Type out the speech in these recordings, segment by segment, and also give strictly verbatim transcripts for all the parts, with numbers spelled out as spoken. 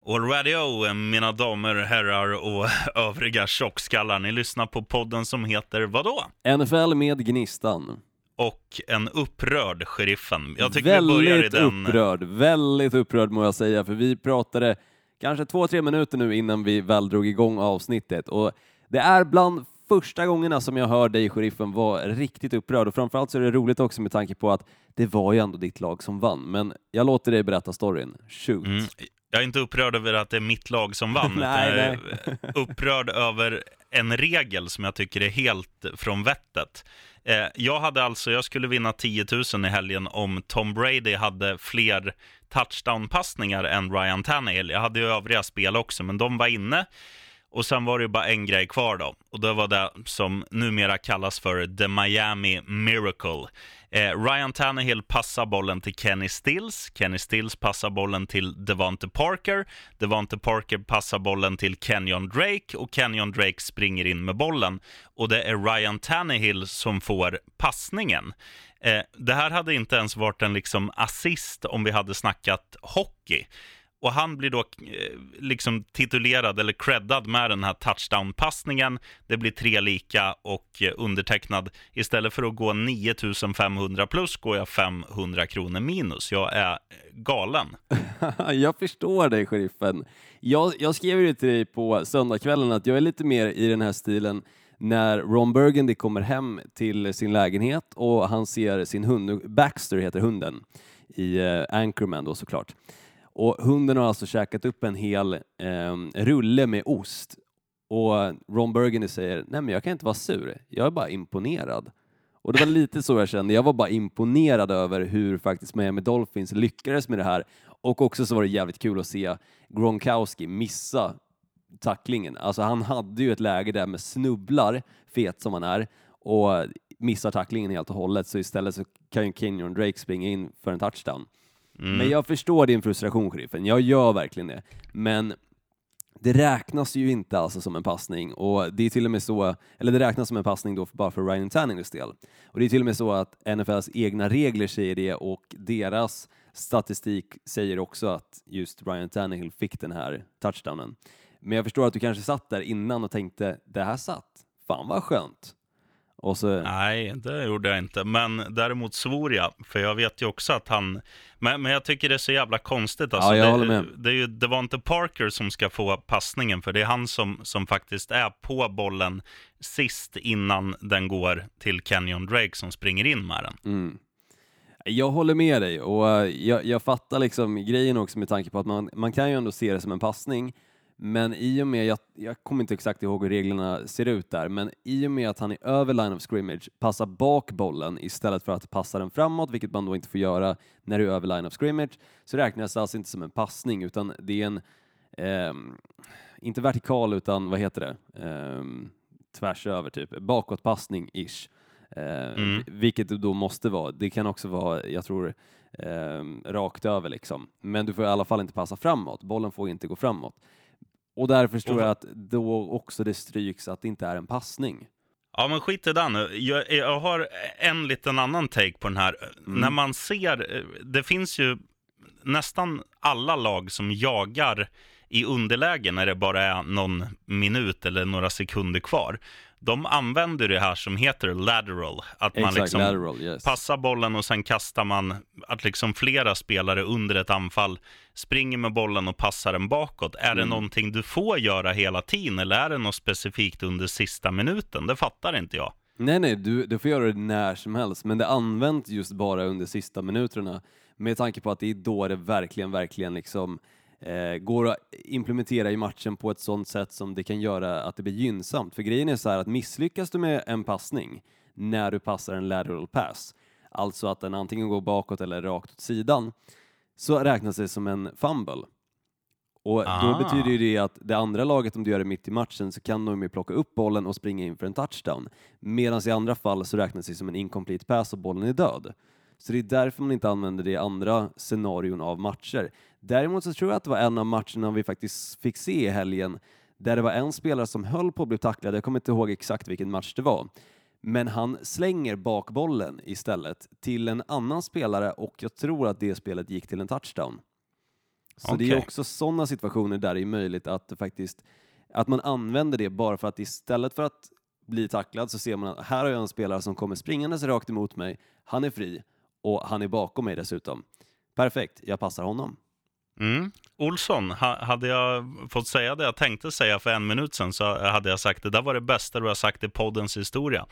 Och radio, mina damer, herrar och övriga tjockskallar. Ni lyssnar på podden som heter vadå? N F L med Gnistan. Och en upprörd sheriffen. Jag tycker väldigt vi börjar i den... upprörd, väldigt upprörd må jag säga. För vi pratade kanske två, tre minuter nu innan vi väl drog igång avsnittet. Och det är bland första gångerna som jag hör dig, sheriffen, vara riktigt upprörd. Och framförallt så är det roligt också med tanke på att det var ju ändå ditt lag som vann. Men jag låter dig berätta storyn. Shoot. Mm. Jag är inte upprörd över att det är mitt lag som vann. nej, jag är upprörd över en regel som jag tycker är helt från vettet. Eh, jag hade alltså, jag skulle vinna tio tusen i helgen om Tom Brady hade fler touchdown-passningar än Ryan Tannehill. Jag hade ju övriga spel också, men de var inne. Och sen var det bara en grej kvar då. Och det var det som numera kallas för The Miami Miracle. Eh, Ryan Tannehill passar bollen till Kenny Stills. Kenny Stills passar bollen till Devonte Parker. Devonte Parker passar bollen till Kenyon Drake. Och Kenyon Drake springer in med bollen. Och det är Ryan Tannehill som får passningen. Eh, det här hade inte ens varit en liksom assist om vi hade snackat hockey. Och han blir då eh, liksom titulerad eller creddad med den här touchdown-passningen. Det blir tre lika och eh, undertecknad. Istället för att gå nio tusen femhundra plus går jag femhundra kronor minus. Jag är galen. Jag förstår dig, sheriffen. Jag, jag skrev ju till dig på söndagskvällen att jag är lite mer i den här stilen när Ron Burgundy kommer hem till sin lägenhet och han ser sin hund, Baxter heter hunden, i eh, Anchorman då såklart. Och hunden har alltså käkat upp en hel eh, rulle med ost. Och Ron Burgundy säger, nej men jag kan inte vara sur. Jag är bara imponerad. Och det var lite så jag kände. Jag var bara imponerad över hur faktiskt Miami Dolphins lyckades med det här. Och också så var det jävligt kul att se Gronkowski missa tacklingen. Alltså han hade ju ett läge där med snubblar, fet som han är, och missar tacklingen helt och hållet. Så istället så kan ju Kenyon Drake springa in för en touchdown. Mm. Men jag förstår din frustration, sheriffen. Jag gör verkligen det. Men det räknas ju inte alltså som en passning. Och det är till och med så, eller det räknas som en passning då för, bara för Ryan Tannehills del. Och det är till och med så att N F L:s egna regler säger det och deras statistik säger också att just Ryan Tannehill fick den här touchdownen. Men jag förstår att du kanske satt där innan och tänkte, det här satt. Fan vad skönt. Och så... Nej, det gjorde jag inte. Men däremot svor jag. För jag vet ju också att han... Men, men jag tycker det är så jävla konstigt. Alltså, ja, jag det, håller med. Det är ju Devonte Parker som ska få passningen. För det är han som, som faktiskt är på bollen sist innan den går till Kenyon Drake som springer in med den. Mm. Jag håller med dig. Och jag, jag fattar liksom grejen också med tanke på att man, man kan ju ändå se det som en passning. Men i och med, jag, jag kommer inte exakt ihåg hur reglerna ser ut där, men i och med att han är över line of scrimmage passar bak bollen istället för att passa den framåt, vilket man då inte får göra när du är över line of scrimmage, så räknas det alltså inte som en passning, utan det är en, eh, inte vertikal utan, vad heter det, eh, tvärs över typ, bakåtpassning-ish. Eh, mm. Vilket det då måste vara. Det kan också vara, jag tror, eh, rakt över liksom. Men du får i alla fall inte passa framåt. Bollen får inte gå framåt. Och därför tror och, jag att då också det stryks att det inte är en passning. Ja, men skit i den. Jag, jag har en liten annan take på den här. Mm. När man ser, det finns ju nästan alla lag som jagar i underläge när det bara är någon minut eller några sekunder kvar. De använder det här som heter lateral. Att man Exakt, liksom lateral, yes. passar bollen och sen kastar man, att liksom flera spelare under ett anfall springer med bollen och passar den bakåt. Är mm. det någonting du får göra hela tiden eller är det något specifikt under sista minuten? Det fattar inte jag. Nej, nej, du, du får göra det när som helst. Men det används just bara under sista minuterna. Med tanke på att det är då det verkligen, verkligen liksom... Eh, går att implementera i matchen på ett sånt sätt som det kan göra att det blir gynnsamt. För grejen är så här att misslyckas du med en passning när du passar en lateral pass, alltså att den antingen går bakåt eller rakt åt sidan, så räknas det som en fumble. Och ah. då betyder det att det andra laget, om du gör det mitt i matchen, så kan de ju plocka upp bollen och springa in för en touchdown. Medan i andra fall så räknas det som en incomplete pass och bollen är död. Så det är därför man inte använder det i andra scenarion av matcher. Däremot så tror jag att det var en av matcherna vi faktiskt fick se i helgen där det var en spelare som höll på att bli tacklad. Jag kommer inte ihåg exakt vilken match det var. Men han slänger bakbollen istället till en annan spelare och jag tror att det spelet gick till en touchdown. Så okay. Det är också sådana situationer där det är möjligt att det faktiskt att man använder det bara för att istället för att bli tacklad så ser man att här har jag en spelare som kommer springandes rakt emot mig. Han är fri och han är bakom mig dessutom. Perfekt, jag passar honom. Mm. Olsson, ha, hade jag fått säga det jag tänkte säga för en minut sedan så hade jag sagt det där var det bästa du har sagt i poddens historia.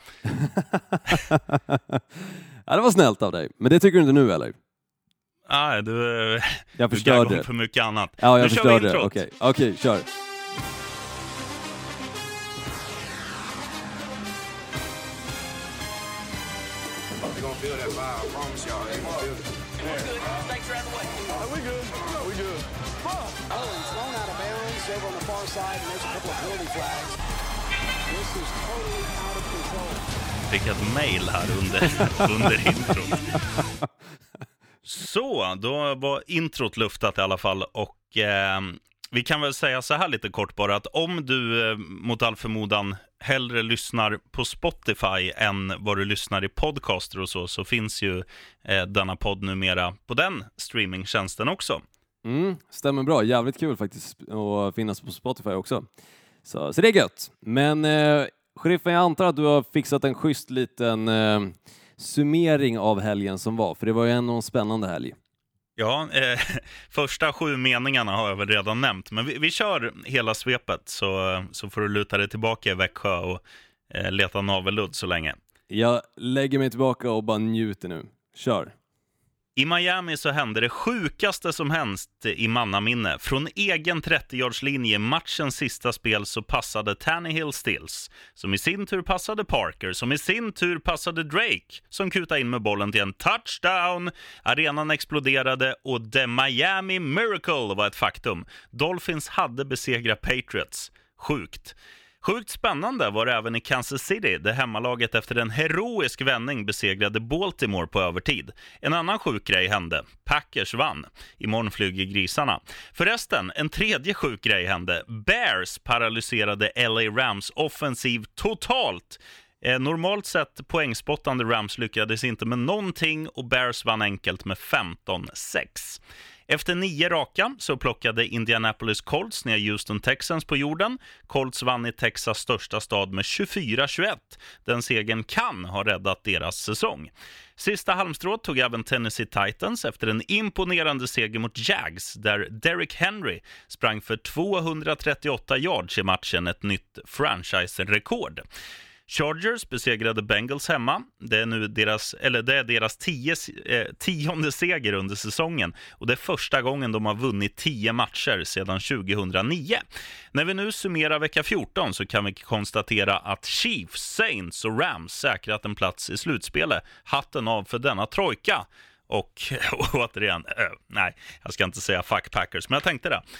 Ja, det var snällt av dig. Men det tycker du inte nu, eller? Nej, du, jag du förstörde det. För mycket annat. Ja, jag nu förstörde det. Okej, okay. okay, kör. Feel that vibe, I promise y'all, they gonna feel it. We're good. Thanks for having the way. Uh, we good. We good. Oh, he's thrown out of bounds over on the far side, and there's a couple of penalty flags. This is totally out of control. Fick ett mail här under, under introt. Så, då var introt luftat i alla fall och eh, vi kan väl säga så här lite kort bara att om du eh, mot all förmodan hellre lyssnar på Spotify än vad du lyssnar i podcaster och så, så finns ju eh, denna podd numera på den streamingtjänsten också. Mm, stämmer bra, jävligt kul faktiskt att finnas på Spotify också. Så, så det är gött. Men eh, sheriffen, jag antar att du har fixat en schysst liten eh, summering av helgen som var, för det var ju ändå en spännande helg. Ja, eh, första sju meningarna har jag väl redan nämnt. Men vi, vi kör hela svepet så, så får du luta dig tillbaka i Växjö och eh, leta navelludd så länge. Jag lägger mig tillbaka och bara njuter nu. Kör. I Miami så hände det sjukaste som helst i mannaminne. Från egen trettio-yardslinje matchens sista spel så passade Tannehill Stills, som i sin tur passade Parker, som i sin tur passade Drake, som kutade in med bollen till en touchdown. Arenan exploderade och The Miami Miracle var ett faktum. Dolphins hade besegrat Patriots. Sjukt. Sjukt spännande var det även i Kansas City, där hemmalaget efter en heroisk vändning besegrade Baltimore på övertid. En annan sjuk grej hände. Packers vann. Imorgon flyger grisarna. Förresten, en tredje sjuk grej hände. Bears paralyserade L A Rams offensiv totalt. Eh, normalt sett poängspottande Rams lyckades inte med någonting och Bears vann enkelt med femton sex. Efter nio raka så plockade Indianapolis Colts ner Houston Texans på jorden. Colts vann i Texas största stad med tjugofyra tjugoett. Den segern kan ha räddat deras säsong. Sista halmstrået tog även Tennessee Titans efter en imponerande seger mot Jags där Derrick Henry sprang för tvåhundratrettioåtta yards i matchen, ett nytt franchise-rekord. Chargers besegrade Bengals hemma. Det är nu deras, eller det är deras tio, eh, tionde seger under säsongen och det är första gången de har vunnit tio matcher sedan tjugohundranio. När vi nu summerar vecka fjorton så kan vi konstatera att Chiefs, Saints och Rams säkrat en plats i slutspelet. Hatten av för denna trojka. Och, och återigen, äh, nej, jag ska inte säga fuck Packers, men jag tänkte det.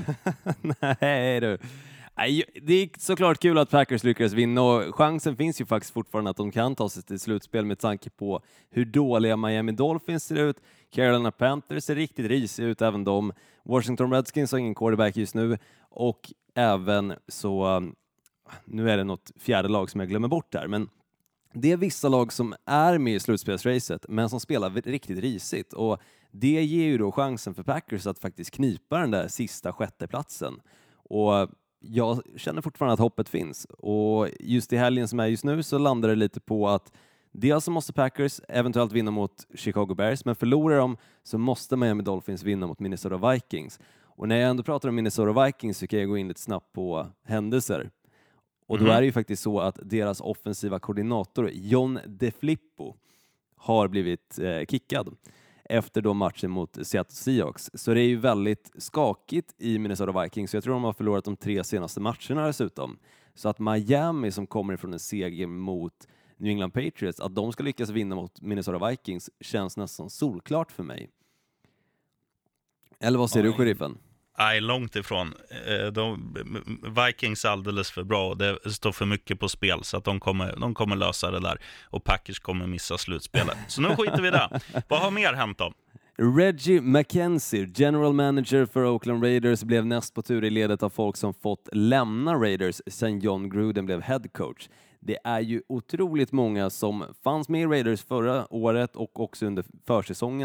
Nej du. Det är såklart kul att Packers lyckades vinna och chansen finns ju faktiskt fortfarande att de kan ta sig till slutspel med tanke på hur dåliga Miami Dolphins ser ut. Carolina Panthers ser riktigt risig ut, även de. Washington Redskins har ingen quarterback just nu och även så, nu är det något fjärde lag som jag glömmer bort där, men det är vissa lag som är med i slutspelsracet men som spelar riktigt risigt och det ger ju då chansen för Packers att faktiskt knipa den där sista sjätteplatsen. Och jag känner fortfarande att hoppet finns och just i helgen som är just nu så landar det lite på att dels så måste Packers eventuellt vinna mot Chicago Bears, men förlorar de så måste Miami Dolphins vinna mot Minnesota Vikings. Och när jag ändå pratar om Minnesota Vikings så kan jag gå in lite snabbt på händelser. Och då mm. är det ju faktiskt så att deras offensiva koordinator John DeFilippo har blivit eh, kickad efter då matchen mot Seattle Seahawks. Så det är ju väldigt skakigt i Minnesota Vikings. Så jag tror de har förlorat de tre senaste matcherna dessutom. Så att Miami som kommer ifrån en seger mot New England Patriots, att de ska lyckas vinna mot Minnesota Vikings känns nästan solklart för mig. Eller vad säger Oj. du, sheriffen? Nej, långt ifrån. De, Vikings är alldeles för bra och det står för mycket på spel så att de kommer, de kommer lösa det där och Packers kommer missa slutspelet. Så nu skiter vi där. Vad har mer hänt då? Reggie McKenzie, general manager för Oakland Raiders, blev näst på tur i ledet av folk som fått lämna Raiders sen John Gruden blev head coach. Det är ju otroligt många som fanns med i Raiders förra året och också under försäsongen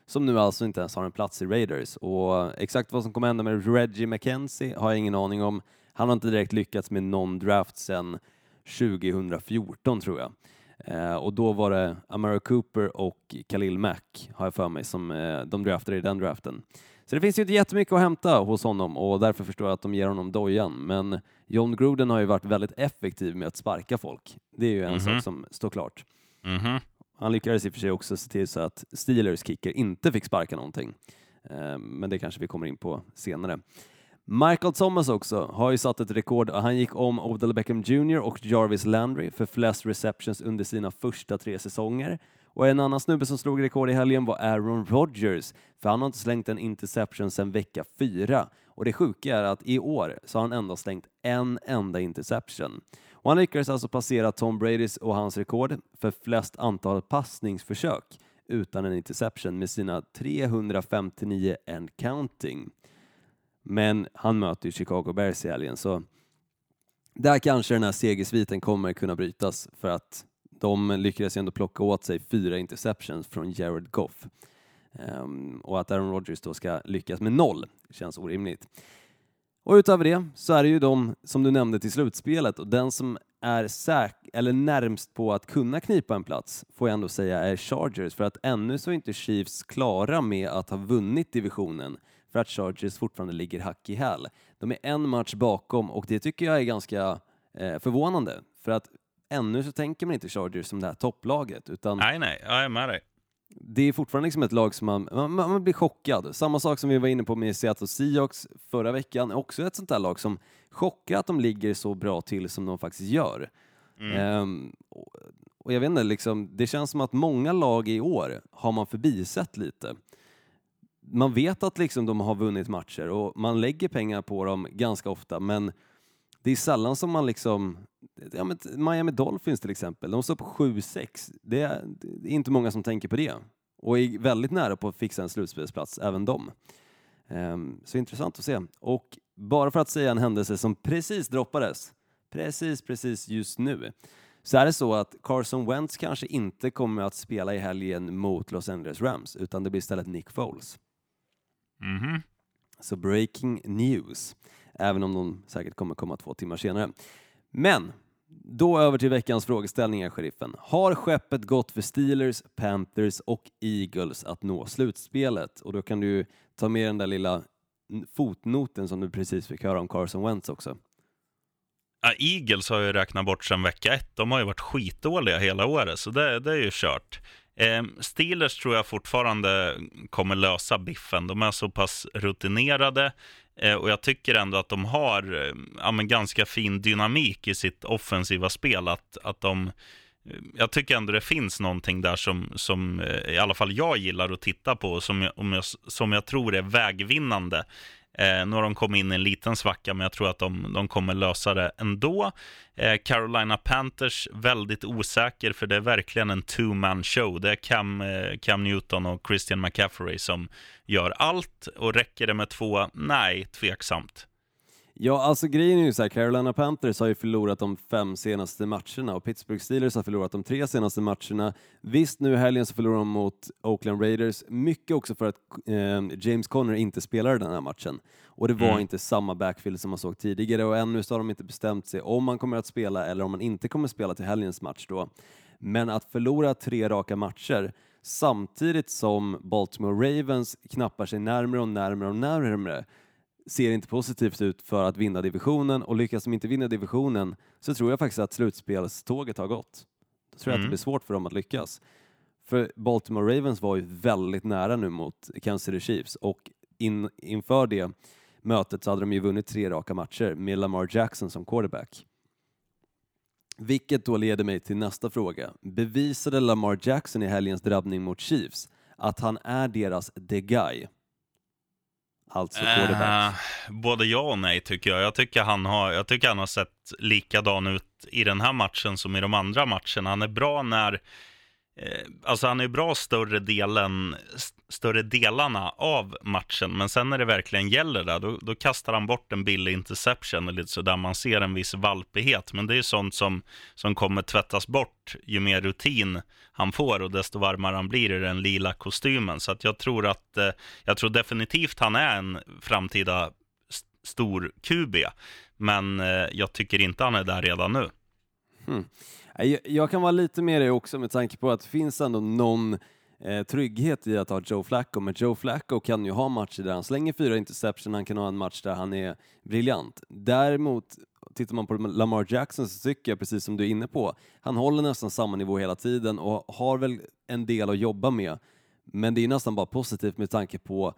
som nu alltså inte ens har en plats i Raiders. Och exakt vad som kommer hända med Reggie McKenzie har jag ingen aning om. Han har inte direkt lyckats med någon draft sedan tjugohundrafjorton tror jag. Eh, och då var det Amari Cooper och Khalil Mack, har jag för mig, som eh, de draftade i den draften. Så det finns ju inte jättemycket att hämta hos honom och därför förstår jag att de ger honom dojan. Men John Gruden har ju varit väldigt effektiv med att sparka folk. Det är ju en mm-hmm. sak som står klart. Mm-hmm. Han lyckades i och för sig också se till så att Steelers kicker inte fick sparka någonting. Eh, men det kanske vi kommer in på senare. Michael Thomas också har ju satt ett rekord. Han gick om Odell Beckham junior och Jarvis Landry för flest receptions under sina första tre säsonger. Och en annan snubbe som slog rekord i helgen var Aaron Rodgers, för han har inte slängt en interception sedan vecka fyra. Och det sjuka är att i år så har han endast slängt en enda interception. Och han lyckades alltså passera Tom Bradys och hans rekord för flest antal passningsförsök utan en interception med sina trehundrafemtionio and counting. Men han möter ju Chicago Bears i helgen, så där kanske den här segersviten kommer kunna brytas, för att de lyckades ändå plocka åt sig fyra interceptions från Jared Goff. Um, och att Aaron Rodgers då ska lyckas med noll känns orimligt. Och utöver det så är det ju de som du nämnde till slutspelet, och den som är säk- eller närmst på att kunna knipa en plats får jag ändå säga är Chargers, för att ännu så är inte Chiefs klara med att ha vunnit divisionen, för att Chargers fortfarande ligger hack i häl. De är en match bakom och det tycker jag är ganska eh, förvånande, för att ännu så tänker man inte Chargers som det här topplaget, utan nej, nej, jag är med dig. Det är fortfarande liksom ett lag som man, man, man blir chockad. Samma sak som vi var inne på med Seattle Seahawks förra veckan, också ett sånt där lag som chockar att de ligger så bra till som de faktiskt gör. Mm. Um, och, och jag vet inte, liksom, det känns som att många lag i år har man förbisett lite. Man vet att liksom de har vunnit matcher och man lägger pengar på dem ganska ofta, men det är sällan som man liksom, ja, men Miami Dolphins till exempel, de står på sju sex. Det är, det är inte många som tänker på det. Och är väldigt nära på att fixa en slutspelsplats, även de. Um, så intressant att se. Och bara för att säga en händelse som precis droppades, precis, precis just nu, så är det så att Carson Wentz kanske inte kommer att spela i helgen mot Los Angeles Rams, utan det blir istället Nick Foles. Mhm. Så breaking news. Även om de säkert kommer komma två timmar senare. Men då över till veckans frågeställningar, sheriffen. Har skeppet gått för Steelers, Panthers och Eagles att nå slutspelet? Och då kan du ta med den där lilla fotnoten som du precis fick höra om Carson Wentz också. Ja, Eagles har ju räknat bort sedan vecka ett. De har ju varit skitdåliga hela året, så det, det är ju kört. Eh, Steelers tror jag fortfarande kommer lösa biffen. De är så pass rutinerade. Och jag tycker ändå att de har ja, men ganska fin dynamik i sitt offensiva spel. Att, att de, jag tycker ändå det finns någonting där som, som i alla fall jag gillar att titta på. Som jag, om jag, som jag tror är vägvinnande. Eh, nu har de kommit in i en liten svacka, men jag tror att de, de kommer lösa det ändå. Eh, Carolina Panthers, väldigt osäker, för det är verkligen en two-man show. Det är Cam, eh, Cam Newton och Christian McCaffrey som gör allt, och räcker det med två? Nej, tveksamt. Ja, alltså grejen är ju så här, Carolina Panthers har ju förlorat de fem senaste matcherna och Pittsburgh Steelers har förlorat de tre senaste matcherna. Visst, nu i helgen så förlorar de mot Oakland Raiders, mycket också för att eh, James Conner inte spelade den här matchen. Och det var mm. inte samma backfield som man såg tidigare, och ännu så har de inte bestämt sig om man kommer att spela eller om man inte kommer att spela till helgens match då. Men att förlora tre raka matcher samtidigt som Baltimore Ravens knappar sig närmare och närmare och närmare ser inte positivt ut för att vinna divisionen, och lyckas de inte vinna divisionen så tror jag faktiskt att slutspelståget har gått. Då tror jag mm. att det blir svårt för dem att lyckas. För Baltimore Ravens var ju väldigt nära nu mot Kansas City Chiefs, och in, inför det mötet så hade de ju vunnit tre raka matcher med Lamar Jackson som quarterback. Vilket då leder mig till nästa fråga. Bevisade Lamar Jackson i helgens drabbning mot Chiefs att han är deras the guy? Alltså quarterback. Uh, både ja och nej tycker jag. Jag tycker han har, jag tycker han har sett likadan ut i den här matchen som i de andra matcherna. Han är bra när Alltså han är bra större delen större delarna av matchen, men sen när det verkligen gäller där, då, då kastar han bort en billig interception lite så där man ser en viss valpighet, men det är sånt som, som kommer tvättas bort ju mer rutin han får och desto varmare han blir i den lila kostymen. Så att jag tror att jag tror definitivt han är en framtida st- stor Q B, men jag tycker inte han är där redan nu. Hmm. Jag, jag kan vara lite med dig också med tanke på att det finns ändå någon eh, trygghet i att ha Joe Flacco, men Joe Flacco kan ju ha matcher där han slänger fyra interception, han kan ha en match där han är briljant. Däremot tittar man på Lamar Jackson så tycker jag, precis som du är inne på, han håller nästan samma nivå hela tiden och har väl en del att jobba med, men det är nästan bara positivt med tanke på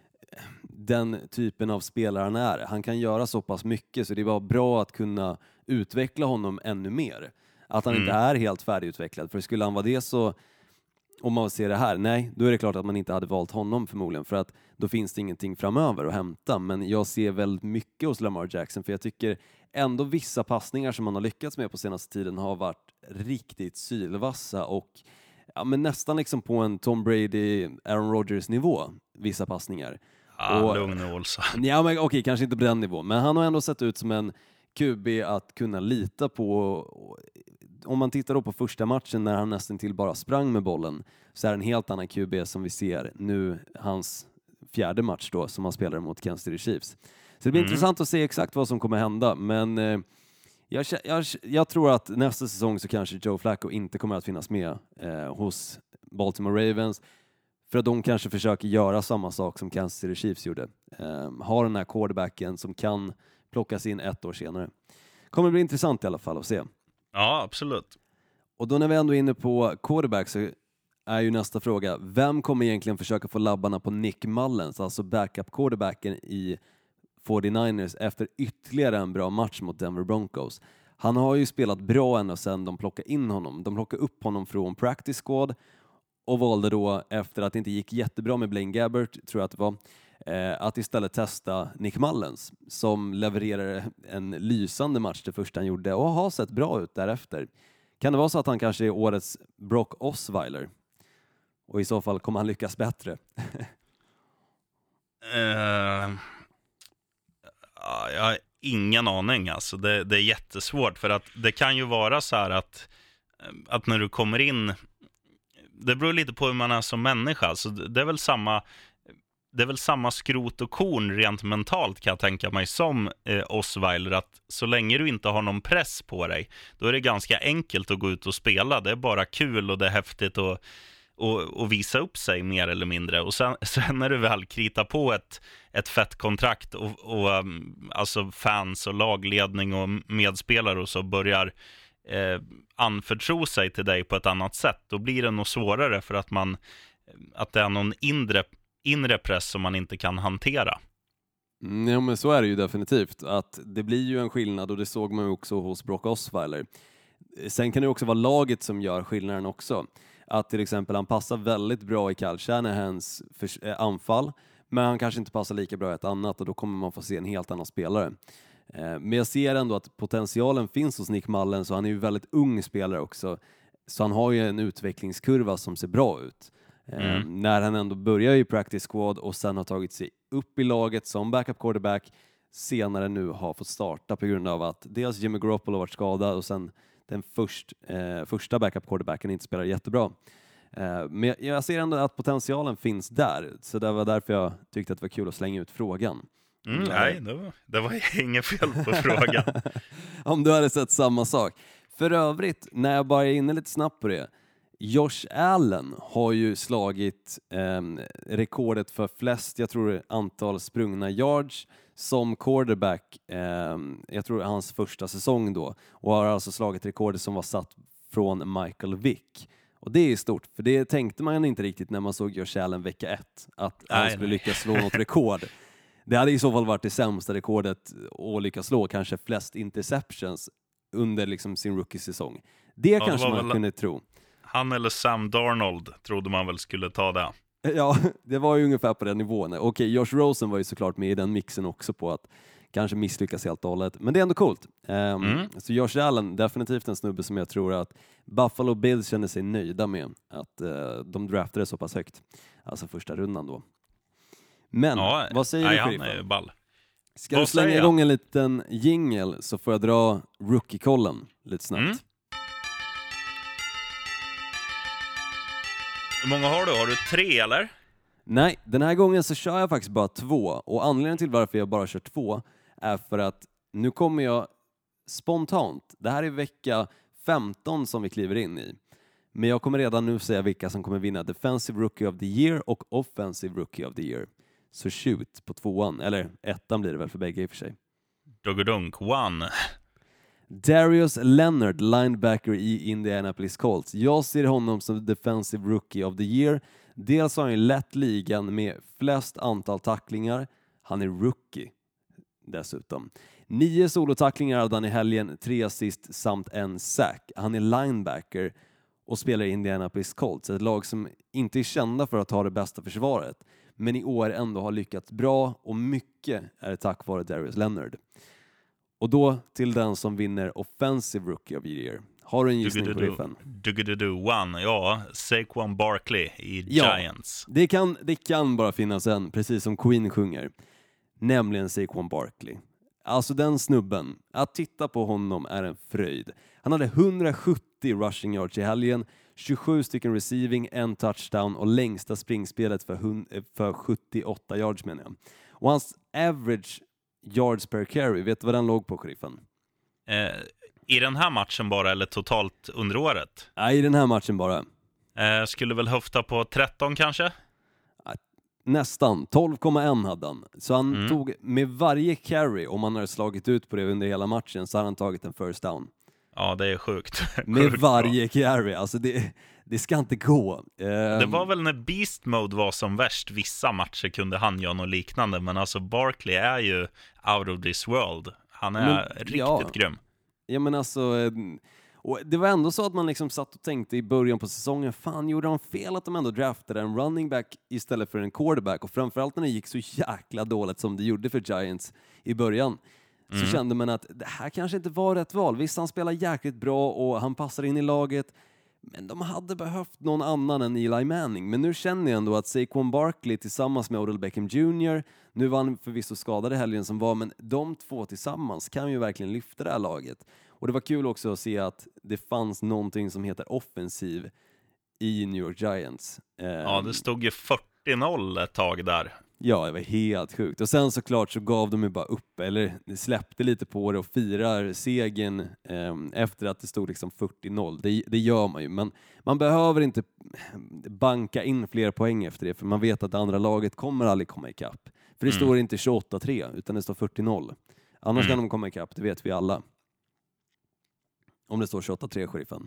den typen av spelare han är. Han kan göra så pass mycket så det är bara bra att kunna utveckla honom ännu mer. Att han mm. inte är helt färdigutvecklad. För skulle han vara det så, om man ser det här, nej, då är det klart att man inte hade valt honom förmodligen. För att då finns det ingenting framöver att hämta. Men jag ser väldigt mycket hos Lamar Jackson. För jag tycker ändå vissa passningar som man har lyckats med på senaste tiden har varit riktigt sylvassa. Och ja, men nästan liksom på en Tom Brady, Aaron Rodgers nivå. Vissa passningar. Ja, och, lugn och Olsa. Ja, men okej, kanske inte på den nivån. Men han har ändå sett ut som en Q B att kunna lita på. Om man tittar då på första matchen när han nästan till bara sprang med bollen, så är det en helt annan Q B som vi ser nu, hans fjärde match då som han spelar mot Kansas City Chiefs. Så det blir mm. intressant att se exakt vad som kommer hända, men eh, jag, jag, jag tror att nästa säsong så kanske Joe Flacco inte kommer att finnas med eh, hos Baltimore Ravens, för att de kanske försöker göra samma sak som Kansas City Chiefs gjorde. Eh, ha den här quarterbacken som kan plockas in ett år senare. Kommer bli intressant i alla fall att se. Ja, absolut. Och då när vi ändå är inne på quarterback så är ju nästa fråga, vem kommer egentligen försöka få labbarna på Nick Mullens, alltså backup quarterbacken i fyrtionioers efter ytterligare en bra match mot Denver Broncos. Han har ju spelat bra ända sedan de plockade in honom. De plockade upp honom från practice squad och valde då, efter att det inte gick jättebra med Blaine Gabbert, tror jag att det var, att istället testa Nick Mullens som levererade en lysande match det första han gjorde och har sett bra ut därefter. Kan det vara så att han kanske är årets Brock Osweiler? Och i så fall kommer han lyckas bättre. uh, jag har ingen aning alltså. Det, det är jättesvårt, för att det kan ju vara så här att, att när du kommer in, det beror lite på hur man är som människa. Alltså det är väl samma Det är väl samma skrot och korn rent mentalt, kan jag tänka mig, som eh, Osweiler, att så länge du inte har någon press på dig, då är det ganska enkelt att gå ut och spela. Det är bara kul och det är häftigt att och, och visa upp sig mer eller mindre. Och sen, sen när du väl kritar på ett, ett fett kontrakt och, och um, alltså fans och lagledning och medspelare och så börjar eh, anförtro sig till dig på ett annat sätt, då blir det nog svårare, för att man att det är någon inre inre press som man inte kan hantera. Mm, ja, men så är det ju definitivt. Att det blir ju en skillnad, och det såg man ju också hos Brock Osweiler. Sen kan det också vara laget som gör skillnaden också. Att till exempel han passar väldigt bra i Kyle Shanahans för, eh, anfall, men han kanske inte passar lika bra i ett annat, och då kommer man få se en helt annan spelare. Eh, men jag ser ändå att potentialen finns hos Nick Mullens, så han är ju väldigt ung spelare också. Så han har ju en utvecklingskurva som ser bra ut. Mm. Eh, när han ändå börjar i practice squad och sen har tagit sig upp i laget som backup quarterback, senare nu har fått starta på grund av att dels Jimmy Garoppolo har varit skadad och sen den först, eh, första backup quarterbacken inte spelar jättebra. Eh, men jag ser ändå att potentialen finns där, så det var därför jag tyckte att det var kul att slänga ut frågan. Mm, nej, det var, det var inget fel på frågan. Om du hade sett samma sak. För övrigt, när jag bara är inne lite snabbt på det, Josh Allen har ju slagit eh, rekordet för flest, jag tror antal sprungna yards som quarterback, eh, jag tror hans första säsong då, och har alltså slagit rekordet som var satt från Michael Vick. Och det är stort, för det tänkte man inte riktigt när man såg Josh Allen vecka ett, att nej, han skulle nej. lyckas slå något rekord. Det hade i så fall varit det sämsta rekordet att lyckas slå, kanske flest interceptions under liksom sin rookie-säsong. Det ja, kanske det man väl... kunde tro. Han eller Sam Darnold trodde man väl skulle ta det. Ja, det var ju ungefär på den nivån. Okej, Josh Rosen var ju såklart med i den mixen också på att kanske misslyckas helt och hållet. Men det är ändå coolt. Um, Mm. Så Josh Allen, definitivt en snubbe som jag tror att Buffalo Bills känner sig nöjda med. Att uh, de draftade så pass högt. Alltså första rundan då. Men, Ja, vad säger nej, du, han är sheriffen? ju ball. Ska Vad du slänga säger jag? igång en liten jingle så får jag dra rookie-kollen lite snabbt. Mm. Hur många har du? Har du tre eller? Nej, den här gången så kör jag faktiskt bara två. Och anledningen till varför jag bara kör två är för att nu kommer jag spontant. Det här är vecka femton som vi kliver in i. Men jag kommer redan nu säga vilka som kommer vinna Defensive Rookie of the Year och Offensive Rookie of the Year. Så shoot på tvåan, eller ettan blir det väl för bägge i och för sig. Duggadunk, one. Darius Leonard, linebacker i Indianapolis Colts. Jag ser honom som Defensive Rookie of the Year. Dels har han ju lett ligan med flest antal tacklingar. Han är rookie dessutom. Nio solotacklingar hade han i helgen, tre assist samt en sack. Han är linebacker och spelar i Indianapolis Colts, ett lag som inte är kända för att ha det bästa försvaret, men i år ändå har lyckats bra, och mycket är tack vare Darius Leonard. Och då till den som vinner Offensive Rookie of the Year. Har du en gissning på riffen? Duggadoo, one. Ja, Saquon Barkley i Ja. Giants. Det kan, det kan bara finnas en, precis som Queen sjunger. Nämligen Saquon Barkley. Alltså den snubben, att titta på honom är en fröjd. Han hade hundrasjuttio rushing yards i helgen, tjugosju stycken receiving, en touchdown och längsta springspelet för, hund- för sjuttioåtta yards menar jag. Och hans average yards per carry, vet du vad den låg på, sheriffen? Eh, I den här matchen bara, eller totalt under året? Nej, i den här matchen bara. Eh, skulle väl höfta på tretton kanske? Nästan, tolv komma ett hade han. Så han Mm. tog med varje carry, om man hade slagit ut på det under hela matchen, så hade han tagit en first down. Ja, det är sjukt. Med Sjukt bra. varje carry, alltså det, det ska inte gå. Det Ehm, var väl när Beast Mode var som värst. Vissa matcher kunde han göra något liknande. Men alltså Barkley är ju out of this world. Han är Men, riktigt ja. grym. Ja men alltså, eh, och det var ändå så att man liksom satt och tänkte i början på säsongen, fan gjorde de fel att de ändå draftade en running back istället för en quarterback, och framförallt när det gick så jäkla dåligt som det gjorde för Giants i början, så Mm. kände man att det här kanske inte var rätt val. Visst, han spelar jäkligt bra och han passar in i laget, men de hade behövt någon annan än Eli Manning. Men nu känner jag ändå att Saquon Barkley tillsammans med Odell Beckham junior, nu var han förvisso skadad i helgen som var, men de två tillsammans kan ju verkligen lyfta det här laget. Och det var kul också att se att det fanns någonting som heter offensiv i New York Giants. Ja, Ehm, det stod ju fyrtio noll ett tag där. Ja, det var helt sjukt. Och sen såklart så gav de ju bara upp, eller släppte lite på det och firar segern eh, efter att det stod liksom fyrtio noll. Det, det gör man ju, men man behöver inte banka in fler poäng efter det, för man vet att det andra laget kommer aldrig komma ikapp. För det Mm. står inte tjugoåtta tre, utan det står fyrtio noll. Annars Mm. kan de komma ikapp, det vet vi alla. Om det står tjugoåtta tre, sheriffen.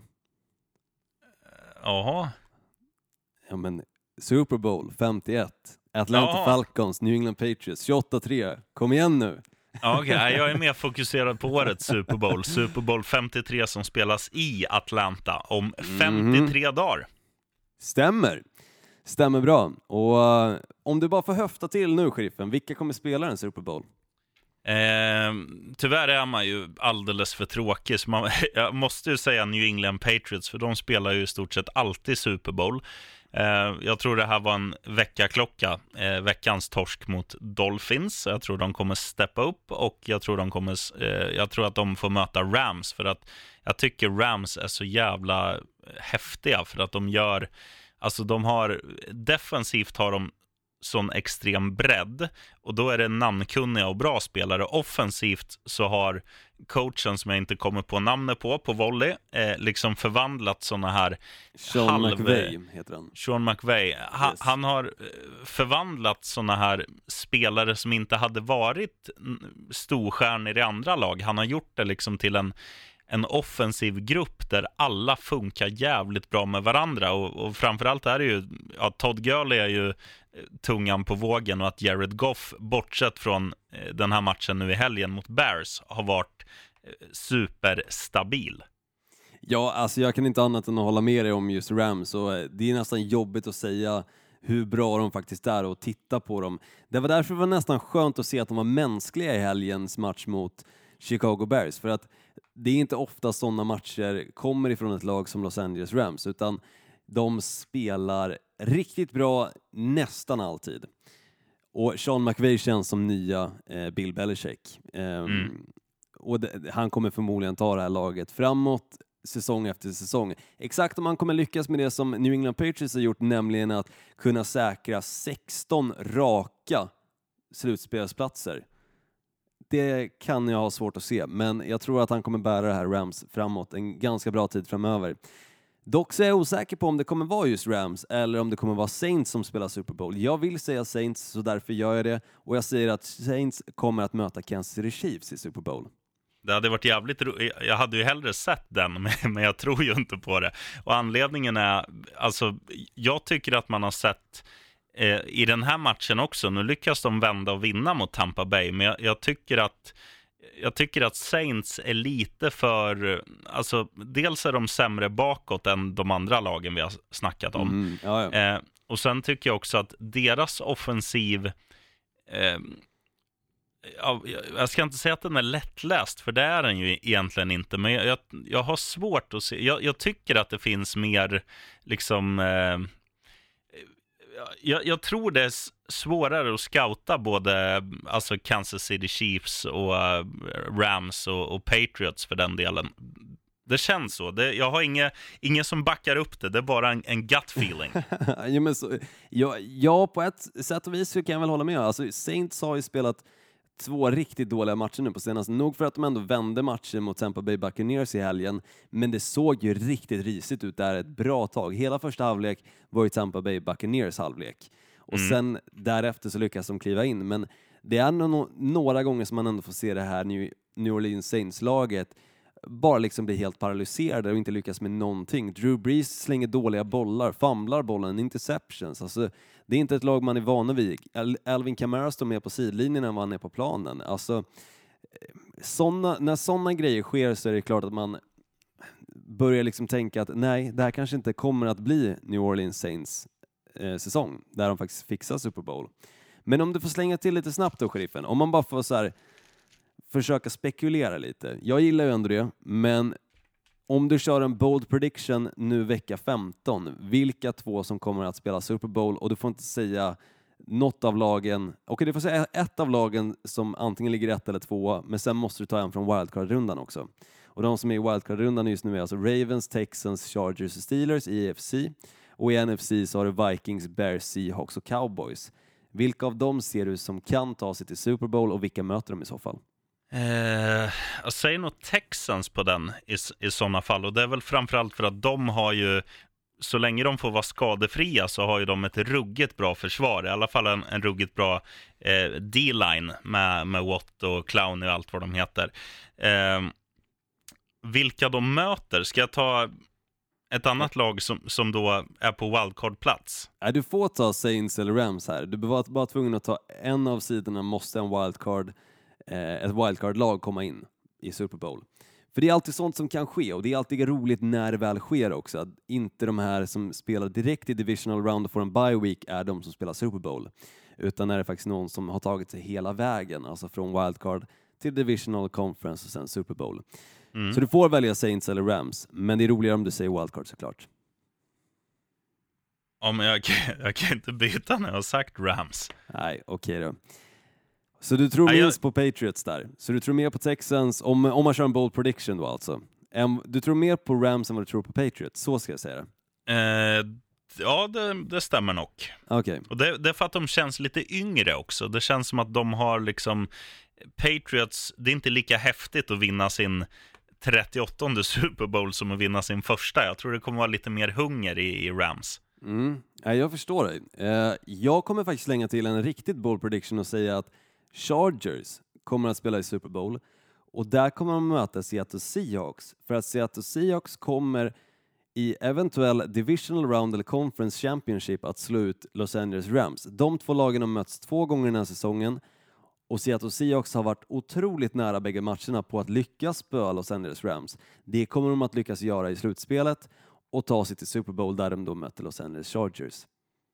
Jaha. Ja, men Super Bowl femtioett, Atlanta Ja. Falcons, New England Patriots, tjugoåtta tre. Kom igen nu! Ja, okej. Jag är mer fokuserad på årets Super Bowl. Super Bowl femtiotre som spelas i Atlanta om femtiotre dagar. Stämmer. Stämmer bra. Och uh, om du bara får höfta till nu, sheriffen, vilka kommer spela en Super Bowl? Eh, tyvärr är man ju alldeles för tråkig, så man, jag måste ju säga New England Patriots, för de spelar ju i stort sett alltid Super Bowl. Eh, jag tror det här var en veckaklocka, eh, veckans torsk mot Dolphins. Jag tror de kommer steppa upp, och jag tror de kommer eh, jag tror att de får möta Rams, för att jag tycker Rams är så jävla häftiga, för att de gör, alltså de har defensivt har de sån extrem bredd, och då är det namnkunniga och bra spelare. Offensivt så har coachen, som jag inte kommer på namnet på, på volley, eh, liksom förvandlat såna här Sean halv... McVay heter han. Sean McVay. Ha, Yes. Han har eh, förvandlat såna här spelare som inte hade varit mm, storstjärnor i andra lag. Han har gjort det liksom till en en offensiv grupp där alla funkar jävligt bra med varandra, och, och framförallt är det ju, ja, Todd Gurley är ju tungan på vågen, och att Jared Goff, bortsett från eh, den här matchen nu i helgen mot Bears, har varit eh, superstabil. Ja, alltså jag kan inte annat än att hålla med dig om just Rams, och det är nästan jobbigt att säga hur bra de faktiskt är och titta på dem. Det var därför det var nästan skönt att se att de var mänskliga i helgens match mot Chicago Bears, för att det är inte ofta sådana matcher kommer ifrån ett lag som Los Angeles Rams, utan de spelar riktigt bra nästan alltid. Och Sean McVay känns som nya eh, Bill Belichick. Eh, mm. Och det, han kommer förmodligen ta det här laget framåt säsong efter säsong. Exakt om han kommer lyckas med det som New England Patriots har gjort, nämligen att kunna säkra sexton raka slutspelsplatser. Det kan jag ha svårt att se, men jag tror att han kommer bära det här Rams framåt en ganska bra tid framöver. Dock så är jag osäker på om det kommer vara just Rams eller om det kommer vara Saints som spelar Super Bowl. Jag vill säga Saints, så därför gör jag det. Och jag säger att Saints kommer att möta Kansas City Chiefs i Super Bowl. Det hade varit jävligt ro- Jag hade ju hellre sett den, men jag tror ju inte på det. Och anledningen är, alltså, jag tycker att man har sett eh, i den här matchen också, nu lyckas de vända och vinna mot Tampa Bay, men jag, jag tycker att Jag tycker att Saints är lite för, alltså dels är de sämre bakåt än de andra lagen vi har snackat om. Mm, ja, ja. Eh, och sen tycker jag också att deras offensiv, eh, ja, jag ska inte säga att den är lättläst, för det är den ju egentligen inte, men jag, jag, jag har svårt att se, jag, jag tycker att det finns mer liksom, eh, Jag, jag tror det är svårare att scouta både alltså Kansas City Chiefs och uh, Rams och, och Patriots för den delen. Det känns så. Det, jag har inga, ingen som backar upp det. Det är bara en, en gut feeling. ja, men så, ja, ja, på ett sätt och vis så kan jag väl hålla med. Alltså, Saints har ju spelat två riktigt dåliga matcher nu på senaste. Nog för att de ändå vände matchen mot Tampa Bay Buccaneers i helgen. Men det såg ju riktigt risigt ut där ett bra tag. Hela första halvlek var ju Tampa Bay Buccaneers halvlek. Och mm. sen därefter så lyckas de kliva in. Men det är no- några gånger som man ändå får se det här New Orleans Saints-laget bara liksom blir helt paralyserade och inte lyckas med någonting. Drew Brees slänger dåliga bollar, famlar bollen, interceptions. Alltså, det är inte ett lag man är van vid. Al- Alvin Kamara står med på sidlinjen när han är på planen. Alltså, såna, när sådana grejer sker så är det klart att man börjar liksom tänka att nej, det här kanske inte kommer att bli New Orleans Saints eh, säsong, där de faktiskt fixar Super Bowl. Men om du får slänga till lite snabbt då, sheriffen, om man bara får så här försöka spekulera lite. Jag gillar ju ändå det, men om du kör en bold prediction nu vecka femton, vilka två som kommer att spela Super Bowl, och du får inte säga något av lagen, okej, du får säga ett av lagen som antingen ligger ett eller två, men sen måste du ta en från wildcard-rundan också. Och de som är i wildcard-rundan just nu är alltså Ravens, Texans, Chargers och Steelers i A F C, och i N F C så har du Vikings, Bears, Seahawks och Cowboys. Vilka av dem ser du som kan ta sig till Super Bowl, och vilka möter de i så fall? Eh, jag säger nog Texans på den i, i sådana fall, och det är väl framförallt för att de har ju, så länge de får vara skadefria så har ju de ett ruggigt bra försvar, i alla fall en, en ruggigt bra eh, D-line med, med Watt och Clowney och allt vad de heter. Eh, vilka de möter, ska jag ta ett annat lag som, som då är på wildcard-plats? Ja, du får ta Saints eller Rams här. Du var bara tvungen att ta en av sidorna, måste en wildcard ett wildcard-lag komma in i Super Bowl. För det är alltid sånt som kan ske, och det är alltid roligt när det väl sker också. Att inte de här som spelar direkt i divisional round och får en bye week är de som spelar Super Bowl. Utan är det faktiskt någon som har tagit sig hela vägen, alltså från wildcard till divisional conference och sen Super Bowl. Mm. Så du får välja Saints eller Rams, men det är roligare om du säger wildcard såklart. Ja, men jag, jag kan inte byta när jag har sagt Rams. Nej, okej okay då. Så du tror minst på Patriots där. Så du tror mer på Texans, om, om man kör en bold prediction då alltså. Um, du tror mer på Rams än vad du tror på Patriots, så ska jag säga det. Eh, ja, det, det stämmer nog. Okay. Och det, det är för att de känns lite yngre också. Det känns som att de har liksom, Patriots, det är inte lika häftigt att vinna sin trettioåttonde Super Bowl som att vinna sin första. Jag tror det kommer vara lite mer hunger i, i Rams. Mm. Ja, jag förstår dig. Uh, jag kommer faktiskt slänga till en riktigt bold prediction och säga att Chargers kommer att spela i Super Bowl, och där kommer de möta Seattle Seahawks, för att Seattle Seahawks kommer i eventuell divisional round eller conference championship att slå ut Los Angeles Rams. De två lagen har mötts två gånger den här säsongen, och Seattle Seahawks har varit otroligt nära bägge matcherna på att lyckas spöa Los Angeles Rams. Det kommer de att lyckas göra i slutspelet och ta sig till Super Bowl där de då möter Los Angeles Chargers.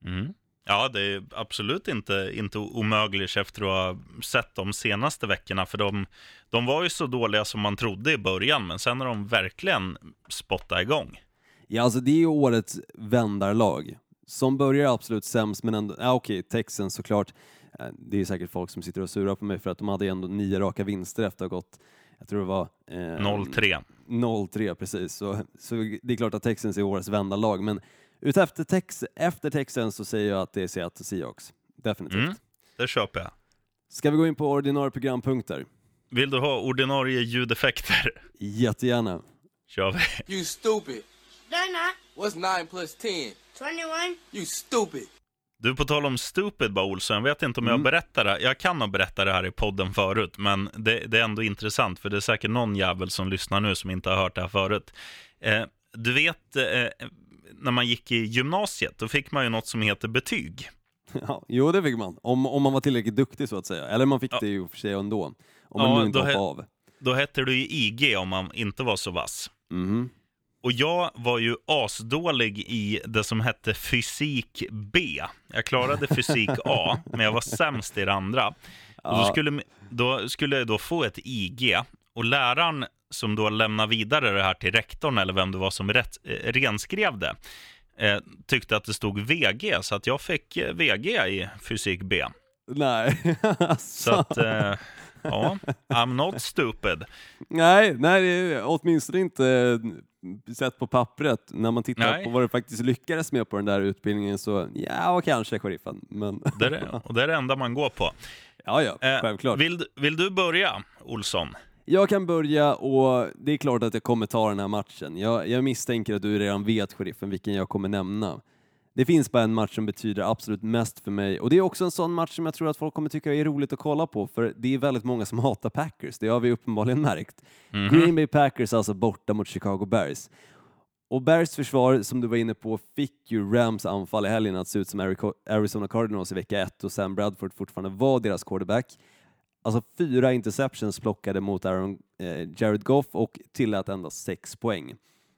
Mm. Ja, det är absolut inte, inte omöjligt efter att ha sett de senaste veckorna. För de, de var ju så dåliga som man trodde i början. Men sen har de verkligen spottat igång. Ja, alltså det är ju årets vändarlag. Som börjar absolut sämst, men ändå... Ja, okej, Texans såklart. Det är säkert folk som sitter och surar på mig för att de hade ändå nio raka vinster efter att ha gått... Jag tror det var... Eh, noll tre. noll tre, precis. Så, så det är klart att Texans är årets vändarlag. Men utefter Tex, efter Texans så säger jag att det är Seattle Seahawks. Definitivt. Mm, det köper jag. Ska vi gå in på ordinarie programpunkter? Vill du ha ordinarie ljudeffekter? Jättegärna. Kör vi. You stupid. They're not. What's nine plus ten? twenty-one. You stupid. Du, på tal om stupid, bara Olsson, jag vet inte om jag Mm. berättar det. Jag kan ha berättat det här i podden förut, men det, det är ändå intressant, för det är säkert någon jävel som lyssnar nu som inte har hört det här förut. Eh, du vet, eh, när man gick i gymnasiet, då fick man ju något som heter betyg. Ja, jo, det fick man. Om, om man var tillräckligt duktig så att säga. Eller man fick Ja. det ju för sig ändå. Om man Ja, nu inte då hoppade he- av. Då hette det ju I G om man inte var så vass. Mhm. Och jag var ju asdålig i det som hette fysik B. Jag klarade fysik A, men jag var sämst i det andra. Och då skulle, då skulle jag då få ett I G. Och läraren som då lämnade vidare det här till rektorn, eller vem det var som rätt, eh, renskrev det, eh, tyckte att det stod V G. Så att jag fick eh, V G i fysik B. Nej. Så att, eh, ja, I'm not stupid. nej, nej, det är åtminstone inte sett på pappret. När man tittar Nej. på vad det faktiskt lyckades med på den där utbildningen så, ja, kanske sheriffen. Men Det är det, och det är det enda man går på. ja, ja, Eh, självklart. Vill, du- vill du börja, Olsson? Jag kan börja, och det är klart att jag kommer ta den här matchen. Jag, jag misstänker att du redan vet, sheriffen, vilken jag kommer nämna. Det finns bara en match som betyder absolut mest för mig, och det är också en sån match som jag tror att folk kommer tycka är roligt att kolla på, för det är väldigt många som hatar Packers, det har vi uppenbarligen märkt. Mhm. Green Bay Packers alltså borta mot Chicago Bears. Och Bears försvar, som du var inne på, fick ju Rams anfall i helgen att se ut som Arizona Cardinals i vecka ett, och Sam Bradford fortfarande var deras quarterback. Alltså fyra interceptions plockade mot Aaron, eh, Jared Goff och tillät endast sex poäng.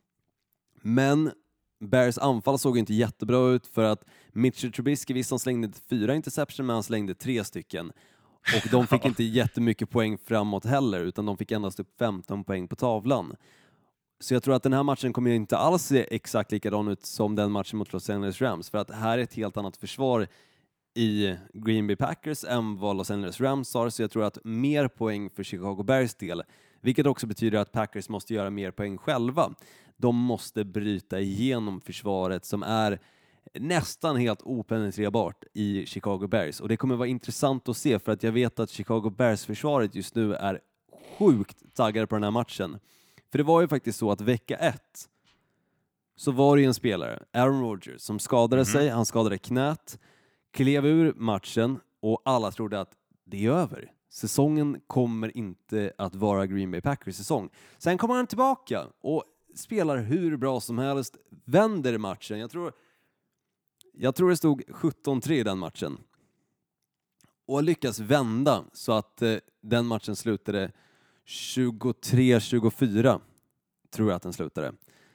Men Bears anfall såg inte jättebra ut, för att Mitchell Trubisky, visst han slängde fyra interception, men han slängde tre stycken. Och de fick inte jättemycket poäng framåt heller, utan de fick endast upp femton poäng på tavlan. Så jag tror att den här matchen kommer inte alls se exakt likadan ut som den matchen mot Los Angeles Rams, för att här är ett helt annat försvar i Green Bay Packers än vad Los Angeles Rams har, så jag tror att mer poäng för Chicago Bears del, vilket också betyder att Packers måste göra mer poäng själva. De måste bryta igenom försvaret som är nästan helt openetrerbart i Chicago Bears, och det kommer vara intressant att se, för att jag vet att Chicago Bears-försvaret just nu är sjukt taggade på den här matchen. För det var ju faktiskt så att vecka ett så var det ju en spelare, Aaron Rodgers, som skadade Mhm. sig, han skadade knät, klev ur matchen, och alla trodde att det är över. Säsongen kommer inte att vara Green Bay Packers säsong. Sen kommer han tillbaka och spelar hur bra som helst, vänder matchen. Jag tror, jag tror det stod sjutton tre i den matchen. Och lyckas vända så att eh, den matchen slutade tjugotre tjugofyra, tror jag att den slutade.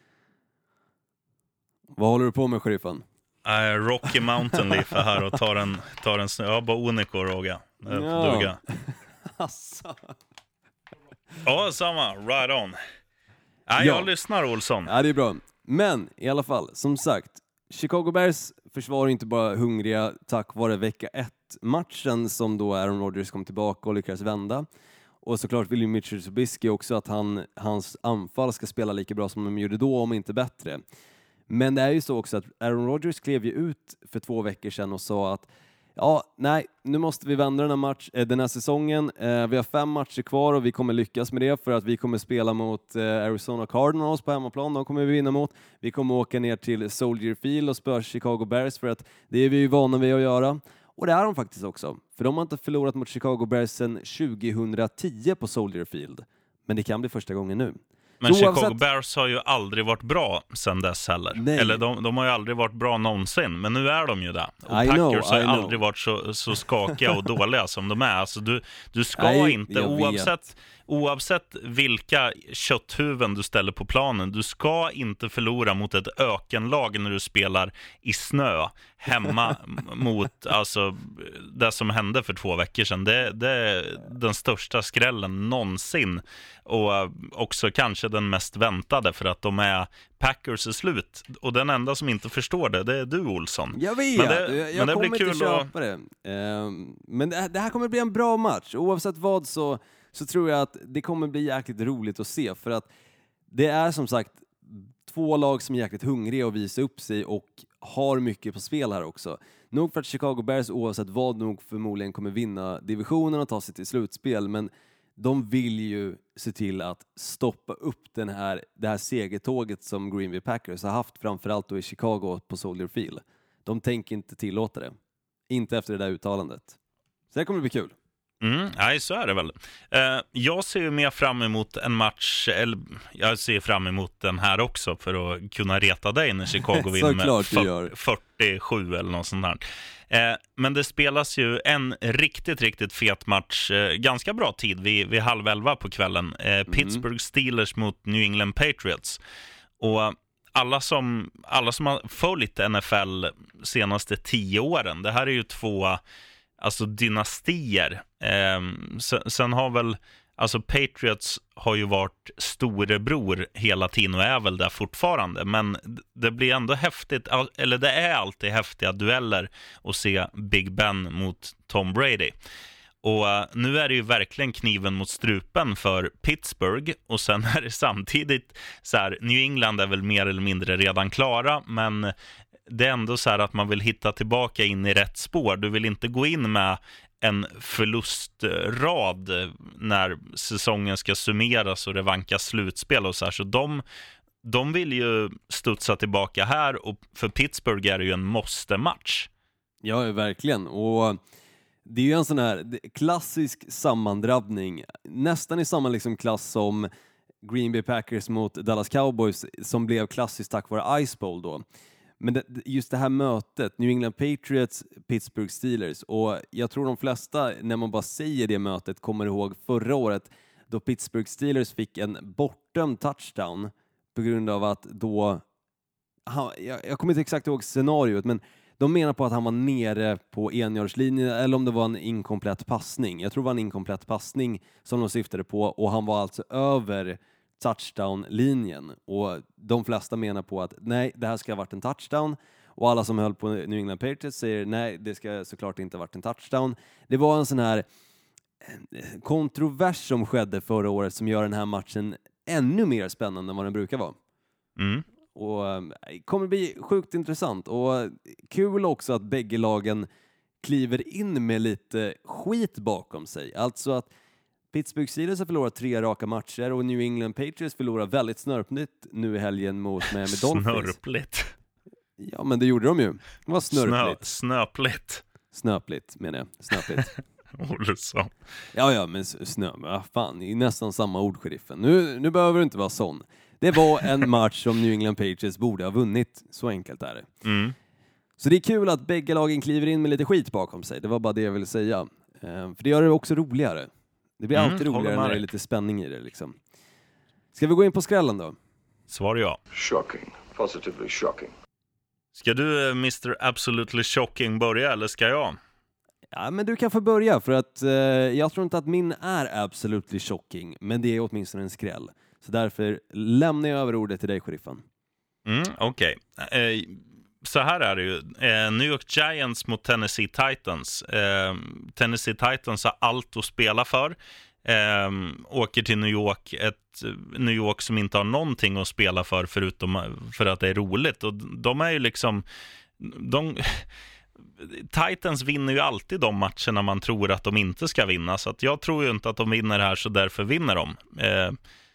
Vad håller du på med, sheriffen? Uh, Rocky Mountain Leaf är här och tar en, tar en snö. Ja, bara Onico och Roga. Uh, Ja. Duga. Asså. Ja, samma. Right on. Nej, Ja. jag lyssnar, Olsson. Ja, det är bra. Men i alla fall, som sagt, Chicago Bears försvar är inte bara hungriga tack vare vecka ett-matchen som då Aaron Rodgers kom tillbaka och lyckades vända. Och såklart vill ju Mitchell Trubisky också att han, hans anfall ska spela lika bra som de gjorde då, om inte bättre. Men det är ju så också att Aaron Rodgers klev ju ut för två veckor sedan och sa att ja, nej, nu måste vi vända den här, match, den här säsongen. Eh, vi har fem matcher kvar och vi kommer lyckas med det, för att vi kommer spela mot eh, Arizona Cardinals på hemmaplan. De kommer vi vinna mot. Vi kommer åka ner till Soldier Field och spöa Chicago Bears, för att det är vi ju vana vid att göra. Och det är de faktiskt också. För de har inte förlorat mot Chicago Bears sedan tjugohundratio på Soldier Field. Men det kan bli första gången nu. Men Så Chicago oavsett- Bears har ju aldrig varit bra sedan dess heller. Nej. Eller de, de har ju aldrig varit bra någonsin, men nu är de ju det. Och I Packers know, har ju I know. aldrig varit så, så skakiga och dåliga som de är. Alltså du, du ska Nej, inte, jag vet. oavsett, oavsett vilka kötthuven du ställer på planen, du ska inte förlora mot ett ökenlag när du spelar i snö hemma mot alltså, det som hände för två veckor sedan. Det, det är den största skrällen någonsin. Och också kanske den mest väntade, för att de är Packers är slut. Och den enda som inte förstår det, det är du, Olsson. Jag vet, men det, jag, jag men det kommer blir kul inte köpa att... det. Um, men det, det här kommer bli en bra match. Oavsett vad så, så tror jag att det kommer bli jäkligt roligt att se. För att det är som sagt två lag som är jäkligt hungriga att visa upp sig och har mycket på spel här också. Nog för att Chicago Bears oavsett vad nog förmodligen kommer vinna divisionen och ta sig till slutspel, men de vill ju se till att stoppa upp den här, det här segertåget som Green Bay Packers har haft, framförallt då i Chicago på Soldier Field. De tänker inte tillåta det. Inte efter det där uttalandet. Så det kommer bli kul. Mm, nej, så är det väl. Uh, jag ser ju mer fram emot en match, eller jag ser fram emot den här också för att kunna reta dig när Chicago vinner med fyrtiosju eller något sånt där. Uh, men det spelas ju en riktigt, riktigt fet match, uh, ganska bra tid vid, vid halv elva på kvällen. Uh, mm. Pittsburgh Steelers mot New England Patriots. Och alla som, alla som har följt N F L senaste tio åren, det här är ju två alltså dynastier. Eh, sen, sen har väl alltså Patriots har ju varit storebror hela tiden och är väl där fortfarande, men det blir ändå häftigt, eller det är alltid häftiga dueller att se Big Ben mot Tom Brady. Och uh, nu är det ju verkligen kniven mot strupen för Pittsburgh, och sen är det samtidigt så här, New England är väl mer eller mindre redan klara, men det är ändå så här att man vill hitta tillbaka in i rätt spår. Du vill inte gå in med en förlustrad när säsongen ska summeras och det vankas slutspel och så här. Så de, de vill ju studsa tillbaka här, och för Pittsburgh är det ju en måste-match. Ja, verkligen. Och det är ju en sån här klassisk sammandrabbning. Nästan i samma liksom klass som Green Bay Packers mot Dallas Cowboys, som blev klassiskt tack vare Ice Bowl då. Men det, just det här mötet, New England Patriots, Pittsburgh Steelers, och jag tror de flesta, när man bara säger det mötet, kommer ihåg förra året då Pittsburgh Steelers fick en bortdömd touchdown på grund av att då, han, jag, jag kommer inte exakt ihåg scenariot, men de menar på att han var nere på enjardslinjen, eller om det var en inkomplett passning. Jag tror det var en inkomplett passning som de syftade på, och han var alltså över touchdown-linjen, och de flesta menar på att nej, det här ska ha varit en touchdown, och alla som höll på New England Patriots säger nej, det ska såklart inte ha varit en touchdown. Det var en sån här kontrovers som skedde förra året som gör den här matchen ännu mer spännande än vad den brukar vara. Mm. Och det kommer bli sjukt intressant, och kul också att bägge lagen kliver in med lite skit bakom sig. Alltså att Pittsburgh Steelers har förlorat tre raka matcher, och New England Patriots förlorar väldigt snörpligt nu i helgen mot Miami Dolphins. Snörpligt? Ja, men det gjorde de ju. Det var snörpligt. Snö, snöpligt. Snöpligt, menar jag. Snöpligt. Olsson. Ja, ja, men snö, men vad fan, det är nästan samma ord, sheriffen. Nu, nu behöver du inte vara sån. Det var en match som New England Patriots borde ha vunnit. Så enkelt är det. Mm. Så det är kul att bägge lagen kliver in med lite skit bakom sig. Det var bara det jag ville säga. Ehm, för det gör det också roligare. Det blir Mm, alltid roligare när det är lite spänning i det liksom. Ska vi gå in på skrällen då? Svar ja. Shocking. Positively shocking. Ska du, mister Absolutely Shocking, börja, eller ska jag? Ja, men du kan få börja, för att eh, jag tror inte att min är Absolutely Shocking, men det är åtminstone en skräll. Så därför lämnar jag över ordet till dig, sheriffen. Mm, okej. Okay. Eh, så här är det ju. Eh, New York Giants mot Tennessee Titans. Eh, Tennessee Titans har allt att spela för. Eh, åker till New York, ett New York som inte har någonting att spela för förutom för att det är roligt. Och de är ju liksom... De, Titans vinner ju alltid de matcherna man tror att de inte ska vinna. Så att jag tror ju inte att de vinner här, så därför vinner de. Eh,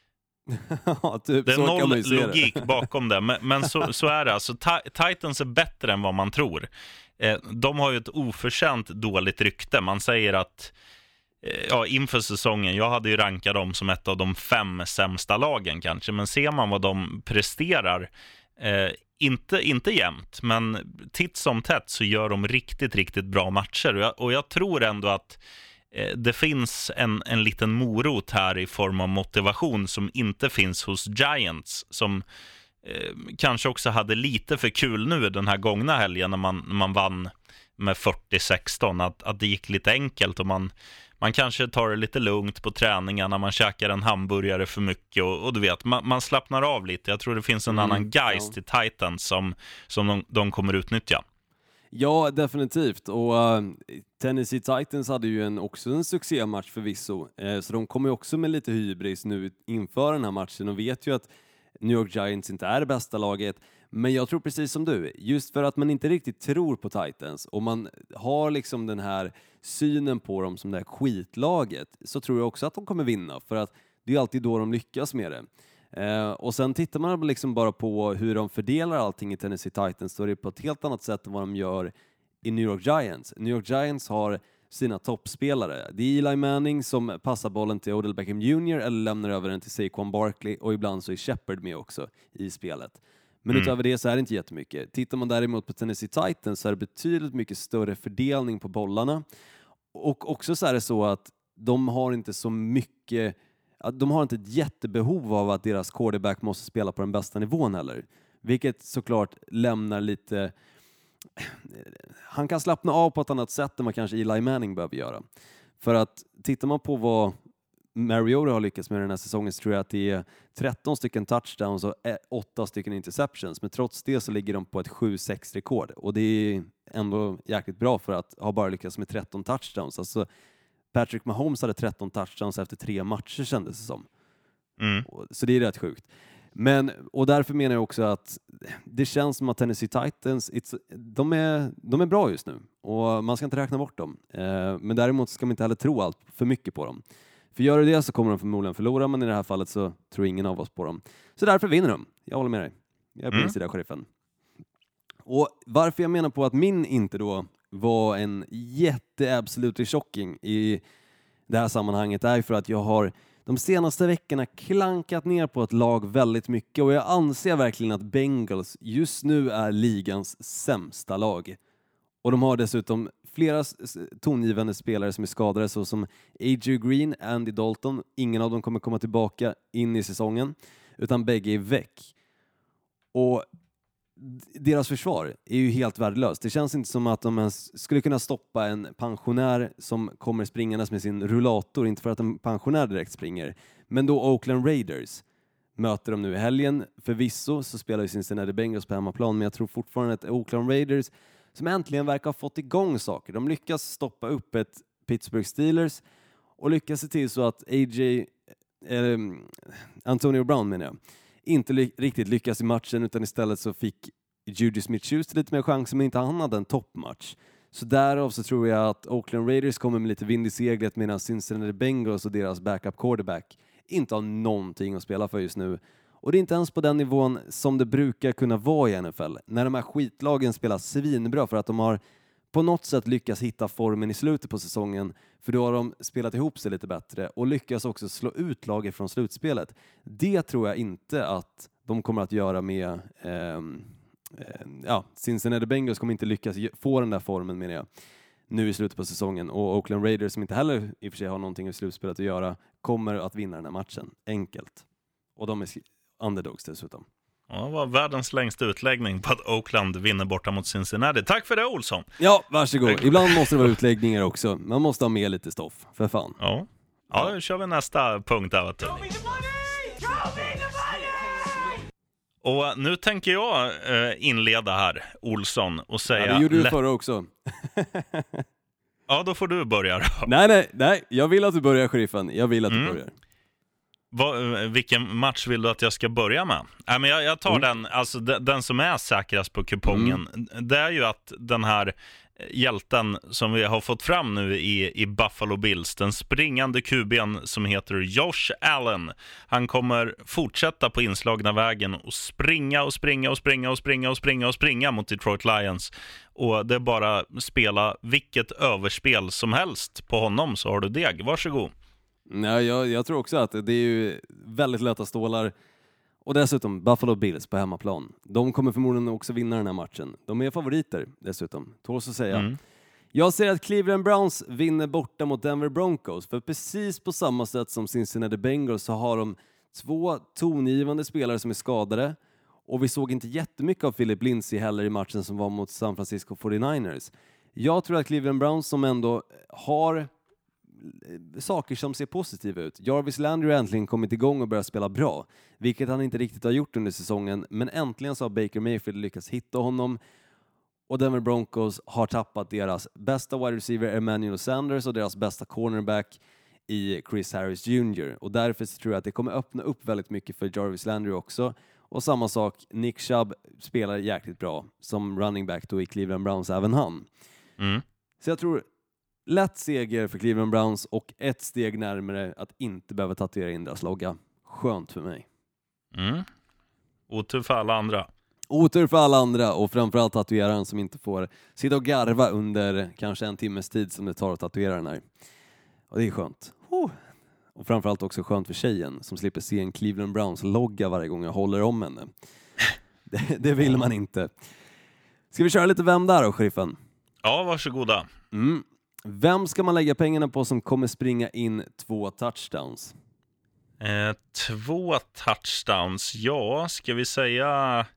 ja, typ, det är noll logik det. bakom det, men, men så, så är det. Alltså, Titans är bättre än vad man tror. Eh, de har ju ett oförtjänt dåligt rykte. Man säger att eh, ja, inför säsongen, jag hade ju rankat dem som ett av de fem sämsta lagen kanske, men ser man vad de presterar, eh, inte, inte jämnt, men titt som tätt så gör de riktigt, riktigt bra matcher. Och jag, och jag tror ändå att det finns en, en liten morot här i form av motivation som inte finns hos Giants, som eh, kanske också hade lite för kul nu den här gångna helgen när man, när man vann med fyrtio sexton, att, att det gick lite enkelt och man, man kanske tar det lite lugnt på träningarna, man käkar en hamburgare för mycket och, och du vet, man, man slappnar av lite. Jag tror det finns en mm, annan geist ja. till Titans som, som de, de kommer utnyttja. Ja, definitivt. Och uh, Tennessee Titans hade ju en, också en succématch förvisso. Uh, så de kommer ju också med lite hybris nu inför den här matchen och vet ju att New York Giants inte är det bästa laget. Men jag tror precis som du, just för att man inte riktigt tror på Titans och man har liksom den här synen på dem som det här skitlaget, så tror jag också att de kommer vinna, för att det är alltid då de lyckas med det. Eh, och sen tittar man liksom bara på hur de fördelar allting i Tennessee Titans, så är det på ett helt annat sätt än vad de gör i New York Giants. New York Giants har sina toppspelare. Det är Eli Manning som passar bollen till Odell Beckham junior eller lämnar över den till Saquon Barkley, och ibland så är Shepard med också i spelet. Men mm. utöver det så är det inte jättemycket. Tittar man däremot på Tennessee Titans så är det betydligt mycket större fördelning på bollarna. Och också så är det så att de har inte så mycket, de har inte ett jättebehov av att deras quarterback måste spela på den bästa nivån heller. Vilket såklart lämnar lite, han kan slappna av på ett annat sätt än vad kanske Eli Manning behöver göra. För att tittar man på vad Mariota har lyckats med den här säsongen, så tror jag att det är tretton stycken touchdowns och åtta stycken interceptions. Men trots det så ligger de på ett sju sex rekord. Och det är ändå jäkligt bra för att ha bara lyckats med tretton touchdowns. Alltså Patrick Mahomes hade tretton touchdowns efter tre matcher, kändes det som. Mm. Så det är rätt sjukt. Men, och därför menar jag också att det känns som att Tennessee Titans, de är, de är bra just nu. Och man ska inte räkna bort dem. Eh, men däremot ska man inte heller tro allt för mycket på dem. För gör det så kommer de förmodligen förlora, men i det här fallet så tror ingen av oss på dem. Så därför vinner de. Jag håller med dig. Jag är på din sida, sheriffen. Och varför jag menar på att min inte då var en jätte-absolut shocking i det här sammanhanget är för att jag har de senaste veckorna klankat ner på ett lag väldigt mycket, och jag anser verkligen att Bengals just nu är ligans sämsta lag. Och de har dessutom flera tongivande spelare som är skadade, så som A J Green, Andy Dalton. Ingen av dem kommer komma tillbaka in i säsongen, utan bägge är väck. Och deras försvar är ju helt värdelöst. Det känns inte som att de ens skulle kunna stoppa en pensionär som kommer springandes med sin rullator, inte för att en pensionär direkt springer. Men då Oakland Raiders möter de nu i helgen. Förvisso så spelar ju Cincinnati Bengals på hemmaplan, men jag tror fortfarande att Oakland Raiders, som äntligen verkar ha fått igång saker. De lyckas stoppa upp ett Pittsburgh Steelers och lyckas se till så att A J eh, Antonio Brown menar jag, inte ly- riktigt lyckas i matchen, utan istället så fick Juju Smith-Schuster lite mer chans, men inte han hade en toppmatch. Så därav så tror jag att Oakland Raiders kommer med lite vind i seglet, medan Cincinnati Bengals och deras backup quarterback inte har någonting att spela för just nu. Och det är inte ens på den nivån som det brukar kunna vara i N F L. När de här skitlagen spelar svinbra för att de har på något sätt lyckats hitta formen i slutet på säsongen. För då har de spelat ihop sig lite bättre och lyckas också slå ut laget från slutspelet. Det tror jag inte att de kommer att göra med... Eh, eh, ja, Cincinnati Bengals kommer inte lyckas få den där formen, menar jag, nu i slutet på säsongen. Och Oakland Raiders, som inte heller i och för sig har någonting i slutspelet att göra, kommer att vinna den här matchen. Enkelt. Och de är underdogs dessutom. Ja, det var världens längsta utläggning på att Oakland vinner borta mot Cincinnati. Tack för det, Olsson. Ja, varsågod. Tack. Ibland måste det vara utläggningar också. Man måste ha med lite stoff, för fan. Ja, ja då kör vi nästa punkt där. Och nu tänker jag eh, inleda här, Olsson, och säga... Ja, det gjorde du lätt... förra också. Ja, då får du börja då. Nej, nej, nej. Jag vill att du börjar, sheriffen. Jag vill att du mm. börjar. Va, vilken match vill du att jag ska börja med? Äh, men jag, jag tar mm. den, alltså den, den som är säkrast på kupongen. Mm. Det är ju att den här hjälten som vi har fått fram nu i, i Buffalo Bills, den springande Q B:n som heter Josh Allen. Han kommer fortsätta på inslagna vägen och springa och springa och springa och springa och springa och springa mot Detroit Lions. Och det är bara spela vilket överspel som helst på honom, så har du deg. Varsågod. Nej, jag, jag tror också att det är ju väldigt lätta stålar. Och dessutom Buffalo Bills på hemmaplan. De kommer förmodligen också vinna den här matchen. De är favoriter dessutom, tåls att säga. Mm. Jag säger att Cleveland Browns vinner borta mot Denver Broncos. För precis på samma sätt som Cincinnati Bengals så har de två tongivande spelare som är skadade. Och vi såg inte jättemycket av Philip Lindsay heller i matchen som var mot San Francisco fyrtionioers. Jag tror att Cleveland Browns som ändå har saker som ser positiva ut. Jarvis Landry har äntligen kommit igång och börjat spela bra, vilket han inte riktigt har gjort under säsongen, men äntligen så har Baker Mayfield lyckats hitta honom, och Denver Broncos har tappat deras bästa wide receiver Emmanuel Sanders och deras bästa cornerback i Chris Harris junior Och därför så tror jag att det kommer öppna upp väldigt mycket för Jarvis Landry också. Och samma sak, Nick Chubb spelar jäkligt bra som running back då i Cleveland Browns, även han. Mm. Så jag tror lätt seger för Cleveland Browns och ett steg närmare att inte behöva tatuera in deras logga. Skönt för mig. Mm. Otur för alla andra. Otur för alla andra, och framförallt tatueraren som inte får sitta och garva under kanske en timmes tid som det tar att tatuera den här. Och det är skönt. Oh. Och framförallt också skönt för tjejen som slipper se en Cleveland Browns-logga varje gång jag håller om henne. det, det vill man inte. Ska vi köra lite vem där då, sheriffen? Ja, varsågoda. Mm. Vem ska man lägga pengarna på som kommer springa in två touchdowns? Eh, två touchdowns. Ja, ska vi säga...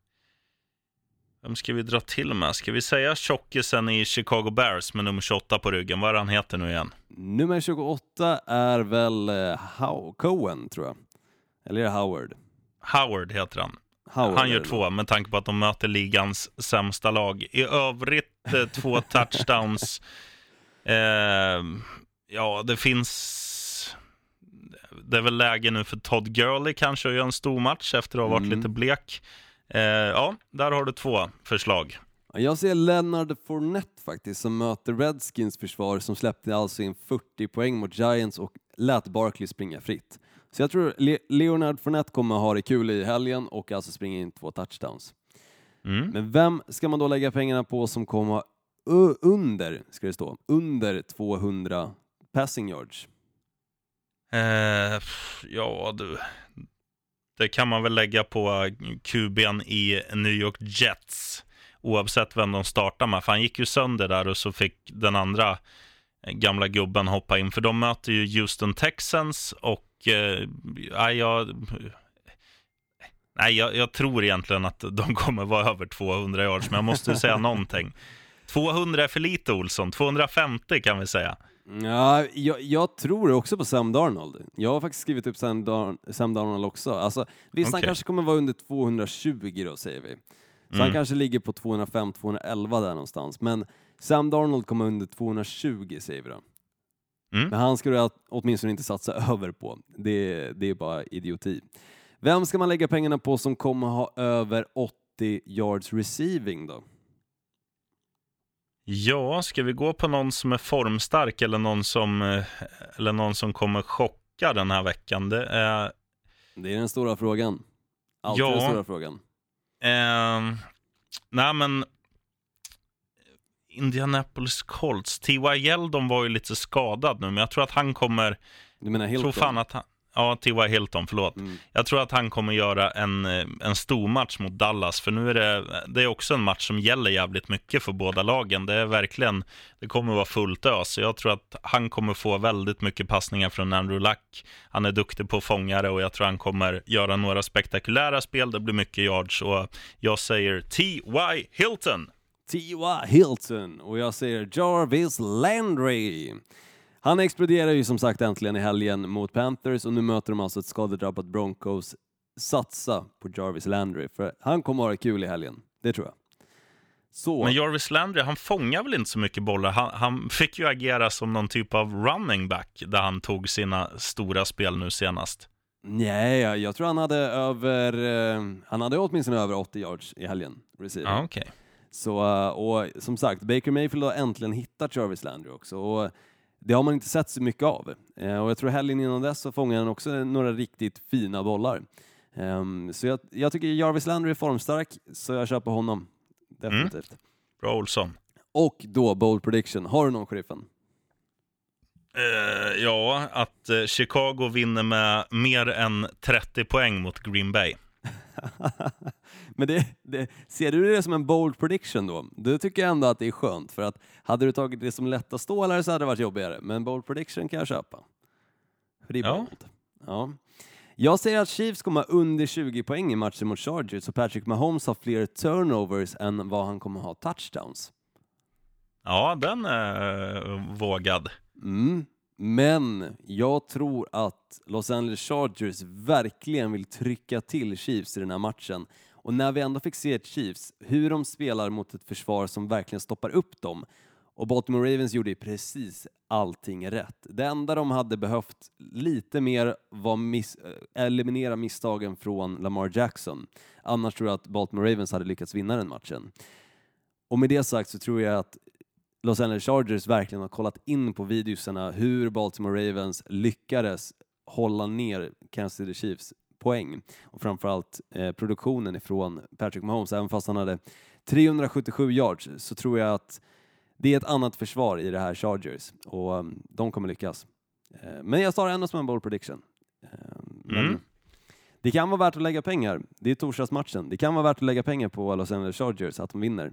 Vem ska vi dra till med? Ska vi säga tjockisen i Chicago Bears med nummer tjugoåtta på ryggen? Vad är han heter nu igen? Nummer tjugoåtta är väl uh, How- Cohen, tror jag. Eller är det Howard? Howard heter han. Howard Han gör två med tanke på att de möter ligans sämsta lag. I övrigt eh, två touchdowns. Eh, ja, det finns... Det är väl läge nu för Todd Gurley kanske att göra en stor match efter att ha varit Mm. lite blek. Eh, ja, där har du två förslag. Jag ser Leonard Fournette faktiskt som möter Redskins försvar som släppte alltså in fyrtio poäng mot Giants och lät Barkley springa fritt. Så jag tror Le- Leonard Fournette kommer ha det kul i helgen och alltså springa in två touchdowns. Mm. Men vem ska man då lägga pengarna på som kommer u- under, ska det stå, under tvåhundra passing yards? Eh, ja, du. Det kan man väl lägga på Q B:n i New York Jets. Oavsett vem de startar med. För han gick ju sönder där och så fick den andra gamla gubben hoppa in. För de möter ju Houston Texans och eh, ja, jag, nej, jag, jag tror egentligen att de kommer vara över tvåhundra yards. Men jag måste säga någonting. tvåhundra är för lite, Olsson. tvåhundrafemtio kan vi säga. Ja, jag, jag tror också på Sam Darnold. Jag har faktiskt skrivit upp Sam, Dar- Sam Darnold också. Alltså, visst, Okay. han kanske kommer vara under tvåhundratjugo då, säger vi. Så Mm. han kanske ligger på tvåhundrafem tvåhundraelva där någonstans. Men Sam Darnold kommer under tvåhundratjugo, säger vi då. Mm. Men han ska du åtminstone inte satsa över på. Det, det är bara idioti. Vem ska man lägga pengarna på som kommer ha över åttio yards receiving då? Ja, ska vi gå på någon som är formstark eller någon som, eh, eller någon som kommer chocka den här veckan? Det är... Det är den stora frågan. Alltid Ja. den stora frågan. Eh, nej, men Indianapolis Colts. T Y Yeldon var ju lite skadad nu, men jag tror att han kommer... Du menar Hilton? Tror fan att han... Ja, T Y Hilton, förlåt. Mm. Jag tror att han kommer göra en, en stor match mot Dallas. För nu är det, det är också en match som gäller jävligt mycket för båda lagen. Det är verkligen, det kommer vara fullt ös. Så jag tror att han kommer få väldigt mycket passningar från Andrew Luck. Han är duktig på fångare och jag tror han kommer göra några spektakulära spel. Det blir mycket yards och jag säger T Y Hilton. T Y Hilton, och jag säger Jarvis Landry. Han exploderar ju som sagt äntligen i helgen mot Panthers och nu möter de alltså ett skadedrabbat Broncos. Satsa på Jarvis Landry, för han kommer ha det kul i helgen, det tror jag. Så. Men Jarvis Landry, han fångar väl inte så mycket bollar. Han, han fick ju agera som någon typ av running back där han tog sina stora spel nu senast. Nej, jag, jag tror han hade över eh, han hade åtminstone över åttio yards i helgen. Receiver. Ja, okej. Okay. Så, och som sagt, Baker Mayfield har äntligen hittat Jarvis Landry också. Och det har man inte sett så mycket av. Eh, och jag tror helgen innan dess så fångar han också några riktigt fina bollar. Um, så jag, jag tycker Jarvis Landry är formstark, så jag köper honom. Definitivt. Mm. Bra, Olsson. Och då bold prediction. Har du någon, sheriffen? Uh, ja, att uh, Chicago vinner med mer än trettio poäng mot Green Bay. Men det, det, ser du det som en bold prediction då? Du tycker ändå att det är skönt, för att hade du tagit det som lätta stålar så hade det varit jobbigare. Men bold prediction kan jag köpa. För det är ja. bold. Ja. Jag säger att Chiefs kommer under tjugo poäng i matchen mot Chargers, så Patrick Mahomes har fler turnovers än vad han kommer ha touchdowns. Ja, den är vågad. Mm. Men jag tror att Los Angeles Chargers verkligen vill trycka till Chiefs i den här matchen. Och när vi ändå fick se ett Chiefs, hur de spelar mot ett försvar som verkligen stoppar upp dem. Och Baltimore Ravens gjorde precis allting rätt. Det enda de hade behövt lite mer var miss- eliminera misstagen från Lamar Jackson. Annars tror jag att Baltimore Ravens hade lyckats vinna den matchen. Och med det sagt så tror jag att Los Angeles Chargers verkligen har kollat in på videorna hur Baltimore Ravens lyckades hålla ner Kansas City Chiefs poäng. Och framförallt eh, produktionen ifrån Patrick Mahomes. Även fast han hade trehundrasjuttiosju yards så tror jag att det är ett annat försvar i det här Chargers. Och um, de kommer lyckas. Eh, men jag tar ändå som en bold prediction. Eh, men Mm. det kan vara värt att lägga pengar. Det är torsdagsmatchen. Det kan vara värt att lägga pengar på Los Angeles Chargers att de vinner.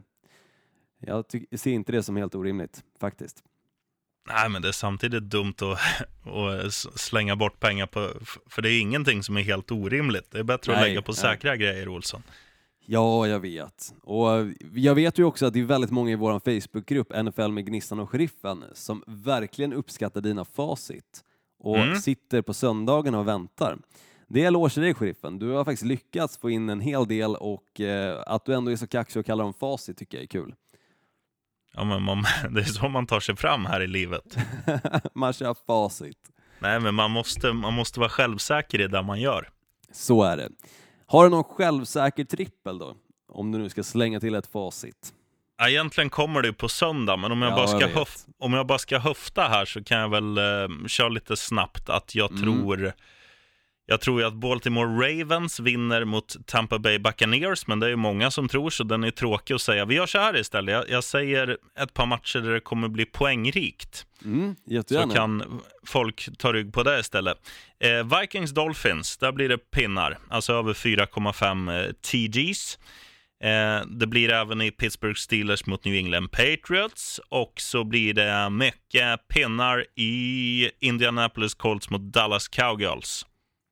Jag ty- ser inte det som helt orimligt, faktiskt. Nej, men det är samtidigt dumt att, att slänga bort pengar på, för det är ingenting som är helt orimligt. Det är bättre Nej, att lägga på nej. säkra grejer, Olsson. Ja, jag vet. Och jag vet ju också att det är väldigt många i vår Facebookgrupp N F L med Gnistan och Sheriffen som verkligen uppskattar dina facit och Mm. sitter på söndagen och väntar. Det är eloge till dig, Sheriffen. Du har faktiskt lyckats få in en hel del och eh, att du ändå är så kaxig och kallar dem facit tycker jag är kul. Ja, men man, det är så man tar sig fram här i livet. Man kör facit. Nej, men man måste, man måste vara självsäker i det man gör. Så är det. Har du någon självsäker trippel då? Om du nu ska slänga till ett facit. Ja, egentligen kommer det på söndag, men om jag, Ja, bara, ska jag vet. höf, om jag bara ska höfta här så kan jag väl eh, köra lite snabbt att jag Mm. tror... Jag tror ju att Baltimore Ravens vinner mot Tampa Bay Buccaneers, men det är ju många som tror, så den är tråkig att säga. Vi gör så här istället. Jag, jag säger ett par matcher där det kommer bli poängrikt. Mm, Så jättegärna. kan folk ta rygg på det istället. Eh, Vikings Dolphins, där blir det pinnar. Alltså över fyra komma fem eh, T Gs. Eh, det blir även i Pittsburgh Steelers mot New England Patriots. Och så blir det mycket pinnar i Indianapolis Colts mot Dallas Cowgirls.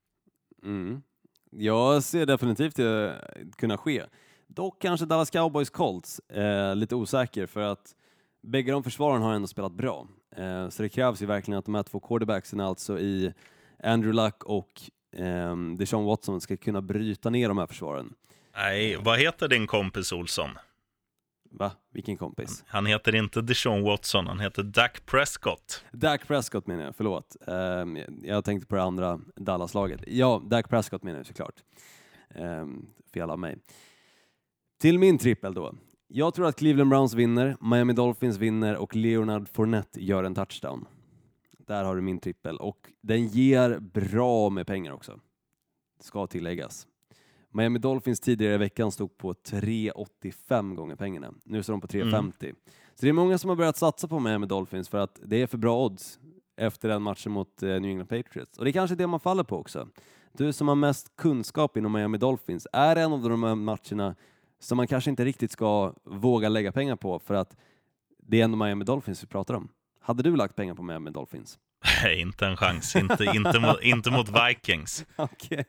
Mm. Jag ser definitivt det kunna ske. Dock kanske Dallas Cowboys Colts eh, lite osäker för att bägge de försvaren har ändå spelat bra. Eh, så det krävs ju verkligen att de här två quarterbacksen, alltså i Andrew Luck och eh, Deshaun Watson, ska kunna bryta ner de här försvaren. Nej, vad heter din kompis Olsson? Va? Vilken kompis? Han heter inte Deshaun Watson, han heter Dak Prescott. Dak Prescott menar jag, förlåt. Um, jag tänkte på det andra Dallas-laget. Ja, Dak Prescott menar jag såklart. Um, fel av mig. Till min trippel då. Jag tror att Cleveland Browns vinner, Miami Dolphins vinner och Leonard Fournette gör en touchdown. Där har du min trippel. Och den ger bra med pengar också. Ska tilläggas. Miami Dolphins tidigare i veckan stod på tre åttiofem gånger pengarna. Nu står de på tre femtio. Mm. Så det är många som har börjat satsa på Miami Dolphins för att det är för bra odds efter den matchen mot eh, New England Patriots. Och det är kanske det man faller på också. Du som har mest kunskap inom Miami Dolphins, är en av de här matcherna som man kanske inte riktigt ska våga lägga pengar på för att det är ändå Miami Dolphins vi pratar om. Hade du lagt pengar på Miami Dolphins? Nej, inte en chans. Inte, inte, mot, inte mot Vikings. Okej.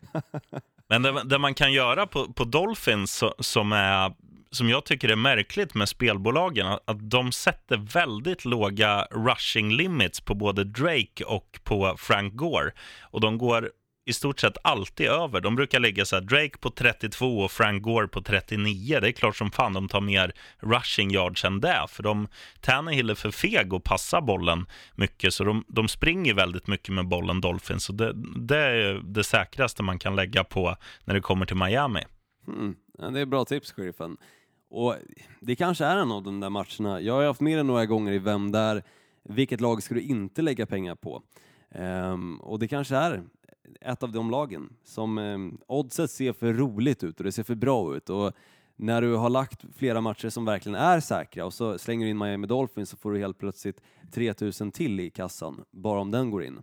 Men det, det man kan göra på, på Dolphins så, som, är, som jag tycker är märkligt med spelbolagen, att, att de sätter väldigt låga rushing limits på både Drake och på Frank Gore. Och de går i stort sett alltid över. De brukar lägga så här, Drake på trettiotvå och Frank Gore på trettionio. Det är klart som fan de tar mer rushing yards än det. För de Tannehill är för feg och passar bollen mycket. Så de, de springer väldigt mycket med bollen, Dolphins. Så det, det är det säkraste man kan lägga på när det kommer till Miami. Mm. Ja, det är bra tips, Sheriffen. Och det kanske är en av de där matcherna. Jag har haft med det några gånger i Vem där? Vilket lag ska du inte lägga pengar på? Um, och det kanske är ett av de lagen som eh, oddset ser för roligt ut och det ser för bra ut. Och när du har lagt flera matcher som verkligen är säkra och så slänger du in Miami Dolphins så får du helt plötsligt tre tusen till i kassan bara om den går in.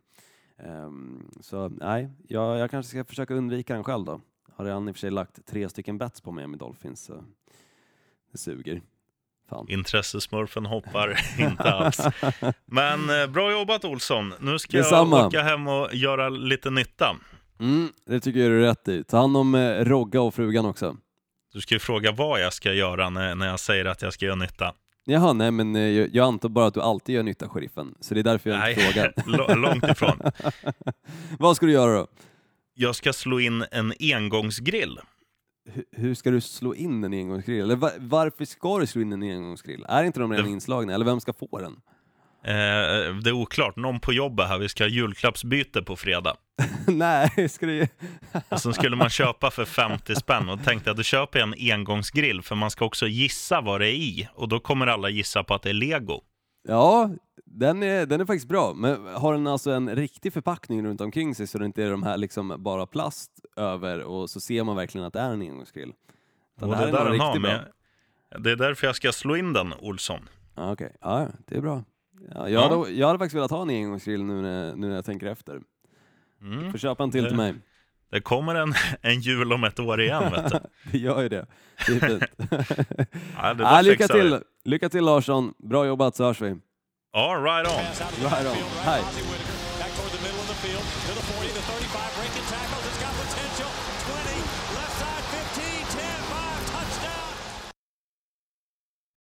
Um, så nej, jag, jag kanske ska försöka undvika den själv då. Har redan i och för sig lagt tre stycken bets på Miami Dolphins så det suger. Fan. Intressesmurfen hoppar inte alls. Men eh, bra jobbat Olsson. Nu ska Detsamma. jag åka hem och göra lite nytta. Mm, det tycker jag är rätt i. Ta hand om eh, Rogga och frugan också. Du ska ju fråga vad jag ska göra när, när jag säger att jag ska göra nytta. Jaha, nej men eh, jag, jag antar bara att du alltid gör nytta, sheriffen. Så det är därför jag Nej, inte frågar. l- långt ifrån. Vad ska du göra då? Jag ska slå in en engångsgrill. H- hur ska du slå in en engångsgrill? Eller va- varför ska du slå in en engångsgrill? Är inte de redan Det- inslagna? Eller vem ska få den? Eh, det är oklart. Någon på jobbet här, vi ska ha julklappsbyte på fredag. Nej, ska du... Och sen skulle man köpa för femtio spänn och tänkte att du köper en engångsgrill för man ska också gissa vad det är i. Och då kommer alla gissa på att det är Lego. Ja, den är, den är faktiskt bra. Men har den alltså en riktig förpackning runt omkring sig så det inte är de här liksom bara plast över och så ser man verkligen att det är en engångsgrill? Och det, här är där nog den har riktigt med. Det är därför jag ska slå in den, Olsson. Ja, okej. Okay. Ja, det är bra. Ja, jag, Ja. hade, jag hade faktiskt velat ha en engångsgrill nu när, nu när jag tänker efter. Mm. Får köpa en till Det- till mig. Det kommer en, en jul om ett år igen, vet du. Det gör ju det. Det är fint. Ja, det ja, där lycka fixar vi. till. Lycka till Larsson. Bra jobbat så hörs vi. Ja, right on. Right on. Hej. Back toward the middle of the field, to the forty, the thirty-five, breaking tackles, it's got potential, twenty, left side, fifteen, ten,